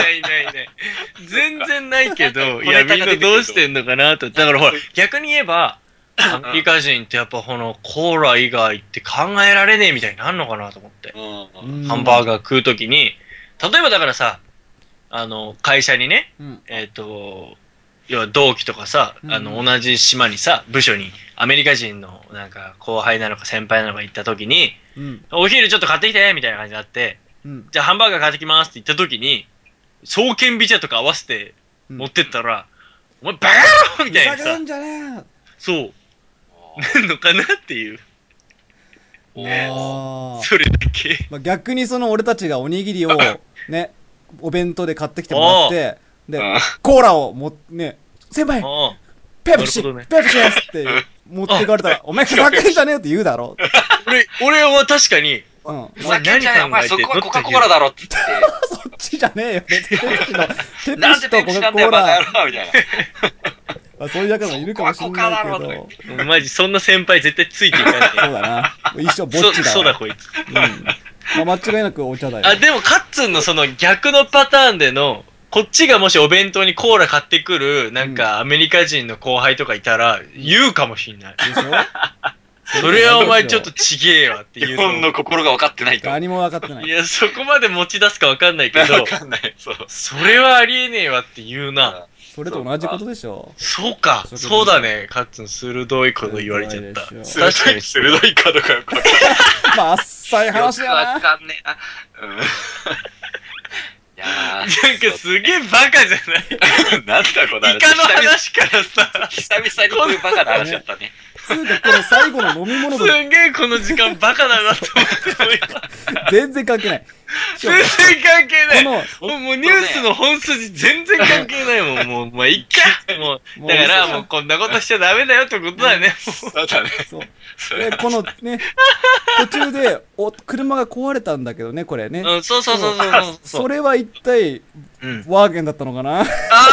Speaker 5: 全然ないけど、いや、みんなどうしてんのかなと。だからほら、逆に言えば、アメリカ人ってやっぱこのコーラ以外って考えられねえみたいになるのかなと思って。ハンバーガー食うときに、例えばだからさ、会社にね、要は同期とかさ、同じ島にさ、部署にアメリカ人のなんか後輩なのか先輩なのか行った時に、お昼ちょっと買ってきてみたいな感じになって、じゃあハンバーガー買ってきますって言った時に、双剣美茶とか合わせて持ってったら、お前バカ野郎みたいなさ、そう、なんのかなっていう。ね、それだけ。
Speaker 3: 逆にその俺たちがおにぎりをね、お弁当で買ってきてもらって、で、コーラを先輩ペプシですって持ってかれたら、お前ふざけんじゃねえよって言うだろ。
Speaker 5: 俺は確かに、
Speaker 2: ふざけんじゃねえよ、お前そこはコカ・コーラだろって言って。
Speaker 3: そっちじゃねえよ、別に。ペプシ
Speaker 2: とコカ・コーラ。みたい
Speaker 3: な。そういうだけもいるかもしれないけど。
Speaker 5: マジ、そんな先輩絶対ついていかない。
Speaker 3: そうだな。一生ぼっちだ。
Speaker 5: そうだ、こいつ。
Speaker 3: 間違いなくお茶だよ。
Speaker 5: でも、カッツンのその逆のパターンでの、こっちがもしお弁当にコーラ買ってくる、なんかアメリカ人の後輩とかいたら、言うかもしんない。でしょそれはお前ちょっとちげえわっていう。
Speaker 2: 日本の心が分かってないと。
Speaker 3: 何も分かってない。
Speaker 5: いや、そこまで持ち出すか分かんないけど。
Speaker 2: 分かんない。そう。
Speaker 5: それはありえねえわって言うな。
Speaker 3: それと同じことでしょ。
Speaker 5: そうか。そうだね。カッツン、鋭いこと言われちゃった。確
Speaker 2: かに鋭いかどうかよくわかんない。
Speaker 3: まあ、あっさい話だな。
Speaker 2: わかんねえな。いや
Speaker 5: なんかすげえバカじゃない
Speaker 2: なんだこの話。
Speaker 5: イカの話からさ、
Speaker 2: 久々にこういうバカな話だったね。
Speaker 3: つうか、この最後の飲み物
Speaker 5: すんげえこの時間バカだなと思って
Speaker 3: 全然関係ない。
Speaker 5: 全然関係ない。もうニュースの本筋全然関係ないもん。もういっか。もう、だからもうこんなことしちゃダメだよってことだよね。
Speaker 2: そうだね。
Speaker 3: そう。で、このね、途中で車が壊れたんだけどね、これね。
Speaker 5: そう。
Speaker 3: それは一体、ワーゲンだったのかな。
Speaker 2: ほ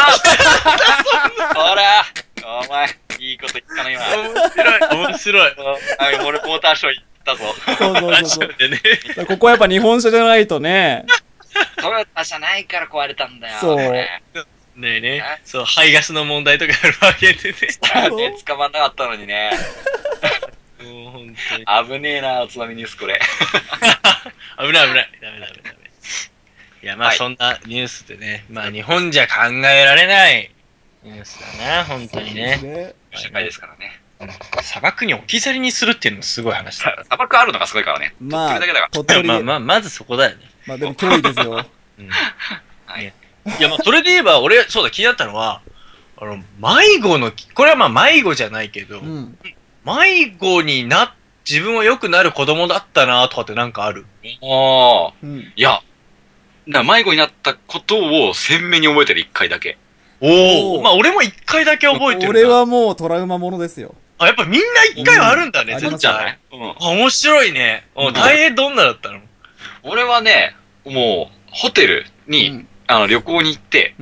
Speaker 2: らお前、いいこと言ったの今。
Speaker 5: 面白い。
Speaker 2: 俺モーターショー行ったぞ。
Speaker 3: そう。ここはやっぱ日本車じゃないとね。
Speaker 2: トヨタじゃないから壊れたんだよ。
Speaker 3: そう。
Speaker 5: ねえ。そう、排ガスの問題とかあるわけで
Speaker 2: ね。捕まんなかったのにね。
Speaker 5: もう本当
Speaker 2: に。危ねえな、おつまみニュースこれ。
Speaker 5: 危ない。ダメ。いや、まあそんなニュースでね、まあ日本じゃ考えられないニュースだな、本当にね。
Speaker 2: 社会ですからね。
Speaker 5: 砂漠に置き去りにするっていうのもすごい話だ。
Speaker 2: 砂漠あるのがすごいからね。
Speaker 3: ま
Speaker 5: あ、まずそこだよね。
Speaker 3: まあでも脅威ですよ。
Speaker 2: はい。
Speaker 5: いや、まあそれで言えば、俺、そうだ、気になったのは、迷子の、これはまあ迷子じゃないけど、迷子に自分は良くなる子供だったなとかってなんかある？
Speaker 2: いや、迷子になったことを鮮明に覚えてる一回だけ。
Speaker 5: まあ俺も一回だけ覚えてる。
Speaker 3: 俺はもうトラウマものですよ。
Speaker 5: やっぱみんな一回はあるんだね、
Speaker 3: 絶
Speaker 5: 対。面白いね。大変どんなだったの？
Speaker 2: 俺はね、もう、ホテルに、旅行に行って、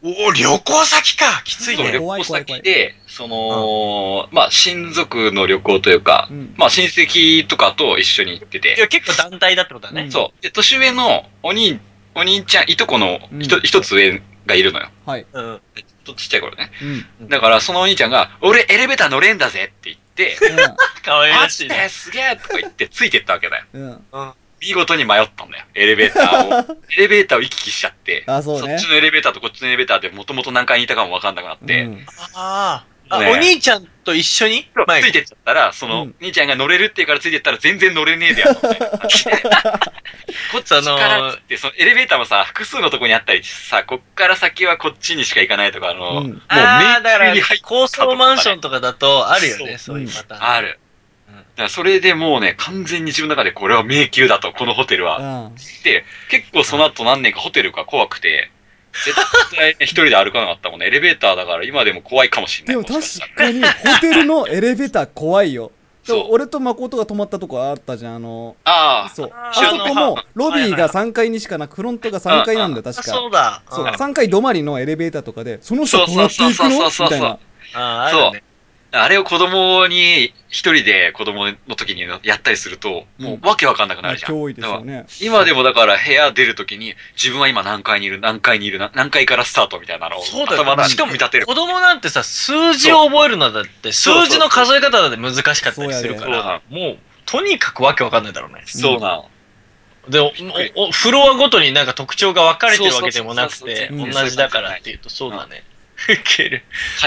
Speaker 5: 旅行先かきついね。
Speaker 2: 旅行先で、まあ、親族の旅行というか、まあ、親戚とかと一緒に行ってて。
Speaker 5: いや、結構団体だってことだね。
Speaker 2: そう。で、年上のお兄ちゃん、いとこの一つ上がいるのよ。
Speaker 3: はい。
Speaker 2: ちょっとちっちゃい頃ね。だから、そのお兄ちゃんが、俺エレベーター乗れんだぜって言って、
Speaker 5: かわいらしいね。
Speaker 2: すげえとか言ってついてったわけだよ。見事に迷ったんだよ。エレベーターを行き来しちゃって。
Speaker 3: そうね。
Speaker 2: そっちのエレベーターとこっちのエレベーターでもともと何階にいたかもわかんなくなって。
Speaker 5: お兄ちゃんと一緒に
Speaker 2: ついてっちゃったら、兄ちゃんが乗れるって言うからついてったら全然乗れねえでやろ。こっちからって、エレベーターもさ、複数のとこにあったりさ、こっから先はこっちにしか行かないとか、もう
Speaker 5: だから高層マンションとかだとあるよね、そういうパターン。
Speaker 2: ある。だからそれでもうね、完全に自分の中でこれは迷宮だと、このホテルは。で、結構その後何年かホテルが怖くて、絶対一人で歩かなかったもんね。エレベーターだから今でも怖いかもしれない。
Speaker 3: でも確かにホテルのエレベーター怖いよ。俺と誠が泊まったとこあったじゃん、そう。あそこも、ロビーが3階にしかなく、フロントが3階なんだよ、確か。
Speaker 5: そうだ。
Speaker 3: そう、3階止まりのエレベーターとかで、その人どうやって行くのみたいな。
Speaker 2: そう。あれを子供に、一人で子供の時にやったりすると、もうわけわかんなくなるじゃん。
Speaker 3: 脅威ですよね。
Speaker 2: 今でもだから部屋出る時に、自分は今何階にいる、何階からスタートみたいなのを頭の中に見立てる。
Speaker 5: 子供なんてさ、数字を覚えるのだって、数字の数え方だって難しかったりするから、もう、とにかくわけわかんないだろうね。
Speaker 2: そうなの。
Speaker 5: で、フロアごとになんか特徴が分かれてるわけでもなくて、同じだからっていうと、そうだね。いける。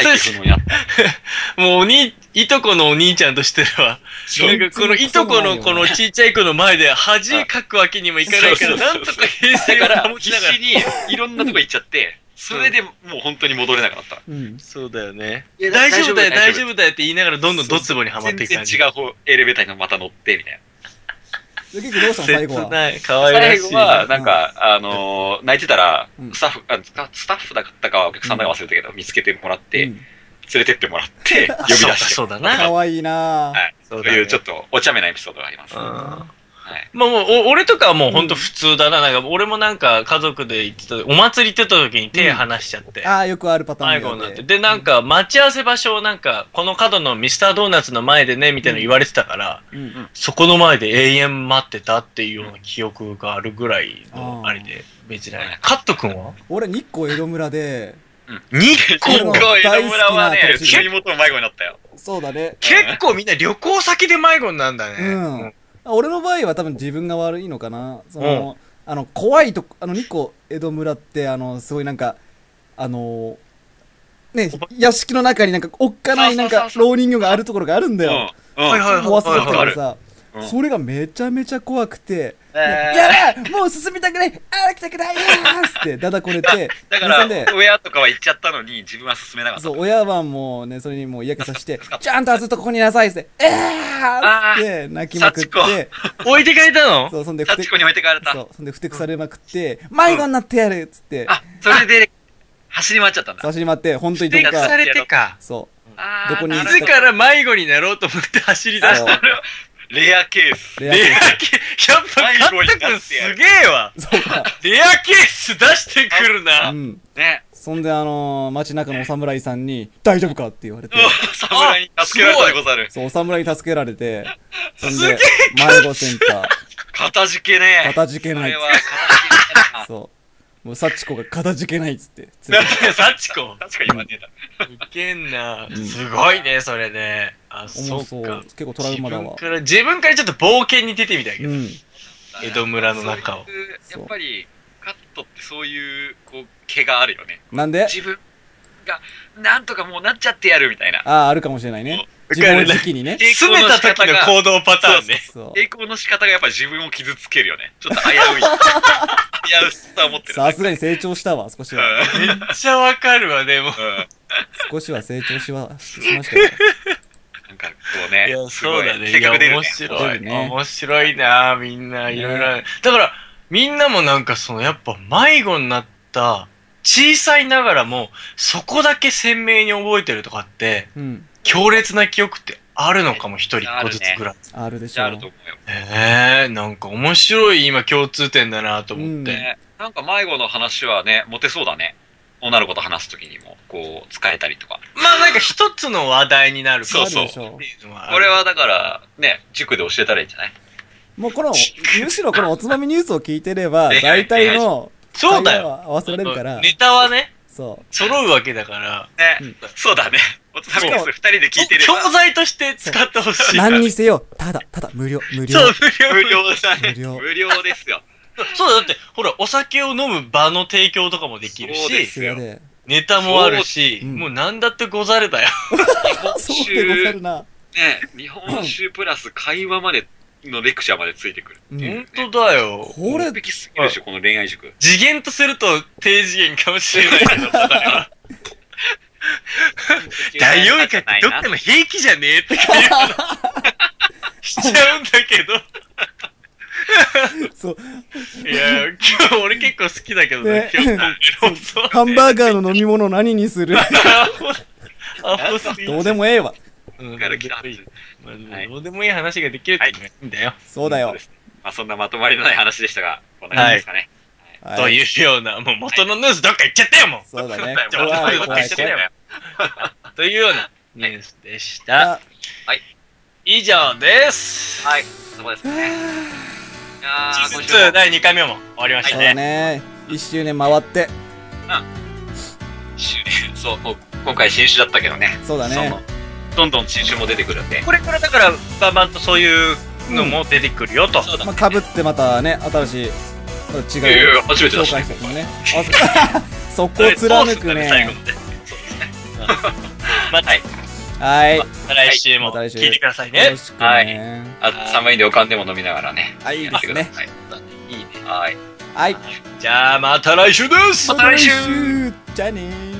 Speaker 5: もういとこのお兄ちゃんとしては、なんかこのいとこのこのちっちゃい子の前で恥かくわけにもいかないから、なんとか平静を保ちながら。
Speaker 2: 必死にいろんなとこ行っちゃって、それでもう本当に戻れなくなった。
Speaker 5: そうだよね。大丈夫だよ、大丈夫だよって言いながらどんどんドツボにはまっていく感じ。
Speaker 2: 全然違うエレベーターにまた乗って、みたいな。
Speaker 3: 結局どうしたの最後は。
Speaker 5: 最
Speaker 2: 後は、なんか、泣いてたら、スタッフだったかはお客さんだか忘れたけど、見つけてもらって、連れてってもらって、呼び出して。
Speaker 5: そうだな。
Speaker 3: かわいいな
Speaker 2: はい。そういうちょっとお茶目なエピソードがあります。
Speaker 5: まあもう、俺とかはもうほんと普通だな。なんか、俺もなんか家族で行ってた、お祭り行ってた時に手離しちゃって。
Speaker 3: よくあるパターン
Speaker 5: 迷子になって。で、なんか、待ち合わせ場所をなんか、この角のミスタードーナツの前でね、みたいなの言われてたから、そこの前で永遠待ってたっていうような記憶があるぐらいのあれで、別にない。カット君は
Speaker 3: 俺、日光江戸村で、
Speaker 5: 日光
Speaker 2: 江戸村はね、首元も迷子になったよ。
Speaker 3: そうだね。
Speaker 5: 結構みんな旅行先で迷子になるんだね。
Speaker 3: 俺の場合は多分自分が悪いのかな。怖いとこ、日光江戸村って、すごいなんか、ね、屋敷の中になんか、おっかないなんか、老人形があるところがあるんだよ。怖すぎたからさ、それがめちゃめちゃ怖くて、やだもう進みたくない来たくないーってだだこねて、
Speaker 2: だから、親とかは行っちゃったのに、自分は進めなかった。
Speaker 3: そう、親はもうね、それにもう嫌気さして、ちゃんとずっとここにいなさいって、って泣きまくって、
Speaker 5: 置いてかれたの？
Speaker 3: そう、そんで、
Speaker 2: 幸子に置いてかれた。
Speaker 3: そう、そんで、ふてくされまくって、迷子になってやるっつって。
Speaker 2: それで、走り回っちゃったんだ。
Speaker 3: 走り回って、本当にどこか。
Speaker 5: ふてくされてか。
Speaker 3: そう。どこに
Speaker 5: 自ら迷子になろうと思って走り出した。
Speaker 2: レアケース。
Speaker 5: やっぱ、カッタ君すげえわ。
Speaker 3: そうか。
Speaker 5: レアケース出してくるな。
Speaker 2: ね。
Speaker 3: そんで街中のお侍さんに、大丈夫かって言われて。
Speaker 2: 侍に助けられたでござる。
Speaker 3: そう、お侍に助けられて、
Speaker 5: そんで、
Speaker 3: 迷子センター。
Speaker 2: かたじけねえ。
Speaker 3: かたじけない。そう。もう、幸子がかたじけないっつって。
Speaker 5: 幸子
Speaker 2: 確かに言わねえだ。
Speaker 5: いけんな。すごいね、それね。そうか。
Speaker 3: 結構トラウマだわ。
Speaker 5: 自分からちょっと冒険に出てみたいけど。江戸村の中を。
Speaker 2: やっぱり、カットってそういう、毛があるよね。
Speaker 3: なんで
Speaker 2: 自分が、なんとかもうなっちゃってやるみたいな。
Speaker 3: あるかもしれないね。自分の時期にね。
Speaker 5: 詰めた時の行動パターンね。
Speaker 2: 抵抗の仕方がやっぱ自分を傷つけるよね。ちょっと危うい。危うさを持ってる。
Speaker 3: さすがに成長したわ、少しは。
Speaker 5: めっちゃわかるわ、でも。
Speaker 3: 少しは成長しましたよ。
Speaker 2: なんかこうね。
Speaker 5: いや、そうだね。いや、面白い。面白いなみんないろいろ。だから、みんなもなんかやっぱ迷子になった小さいながらも、そこだけ鮮明に覚えてるとかって、強烈な記憶ってあるのかも、一個ずつぐらい。
Speaker 3: あるでしょ。
Speaker 2: あると思う
Speaker 5: よ。なんか面白い今共通点だなと思って。
Speaker 2: なんか迷子の話はね、モテそうだね。 女の子と話すときにも、こう、使えたりとか。
Speaker 5: まあなんか一つの話題になる
Speaker 2: そうそう。これはだから、ね、塾で教えたらいいんじゃない？
Speaker 3: もうむしろこのおつまみニュースを聞いてれば、大体の、
Speaker 5: そうだよ。
Speaker 3: 合わせられるから。
Speaker 5: ネタはね、
Speaker 3: そう。
Speaker 5: 揃うわけだから。
Speaker 2: ね、そうだね。おつまみニュース2人で聞いてれば。
Speaker 5: 教材として使ってほしい。
Speaker 3: 何にせよ、ただ、無料。
Speaker 5: そう、無
Speaker 2: 料だね。無料ですよ。
Speaker 5: そうだ、だって、ほら、お酒を飲む場の提供とかもできるし。そうですよ。ネタもあるし、もう何だってござるだよ。
Speaker 3: そうでござるな。
Speaker 2: ね、日本酒プラス会話までのレクチャーまでついてくる。
Speaker 5: 本当だよ。
Speaker 2: これ、完璧すぎるでしょ、この恋愛塾。
Speaker 5: 次元とすると低次元かもしれないけど、ダイオウイカってどっても平気じゃねえって言うのしちゃうんだけど。
Speaker 3: そう。
Speaker 5: いや、今日俺結構好きだけどね、今日。
Speaker 3: ハンバーガーの飲み物何にする？どうでもええわ。
Speaker 5: どうでもいい話ができるっていいんだよ。
Speaker 3: そうだよ。
Speaker 2: まあそんなまとまりのない話でしたが、こんな感じですかね。
Speaker 5: というような、もう元のニュースどっか行っちゃったよ、もう。
Speaker 3: そうだね。
Speaker 5: というようなニュースでした。
Speaker 2: はい。
Speaker 5: 以上です。
Speaker 2: はい。そこですかね。
Speaker 5: シーズン2第2回目も終わりましたね。
Speaker 3: そうね。1周年回って。
Speaker 2: そう、今回新種だったけどね。
Speaker 3: そうだね。
Speaker 2: どんどん新種も出てくるんで。
Speaker 5: これからだから、バンバンとそういうのも出てくるよと。
Speaker 3: まあ、被ってまたね、新しい、違う。
Speaker 2: 初めてだし。
Speaker 3: そこを貫くね。
Speaker 2: 最後まで。そうですね。
Speaker 5: はい。来週も聞いてくださいね。
Speaker 2: はい。寒いんでおかんでも飲みながらね。
Speaker 3: はい、いいですね。
Speaker 5: いいね。
Speaker 2: はい。
Speaker 3: はい。
Speaker 5: じゃあ、また来週です。
Speaker 2: また来週。
Speaker 3: じゃあねー。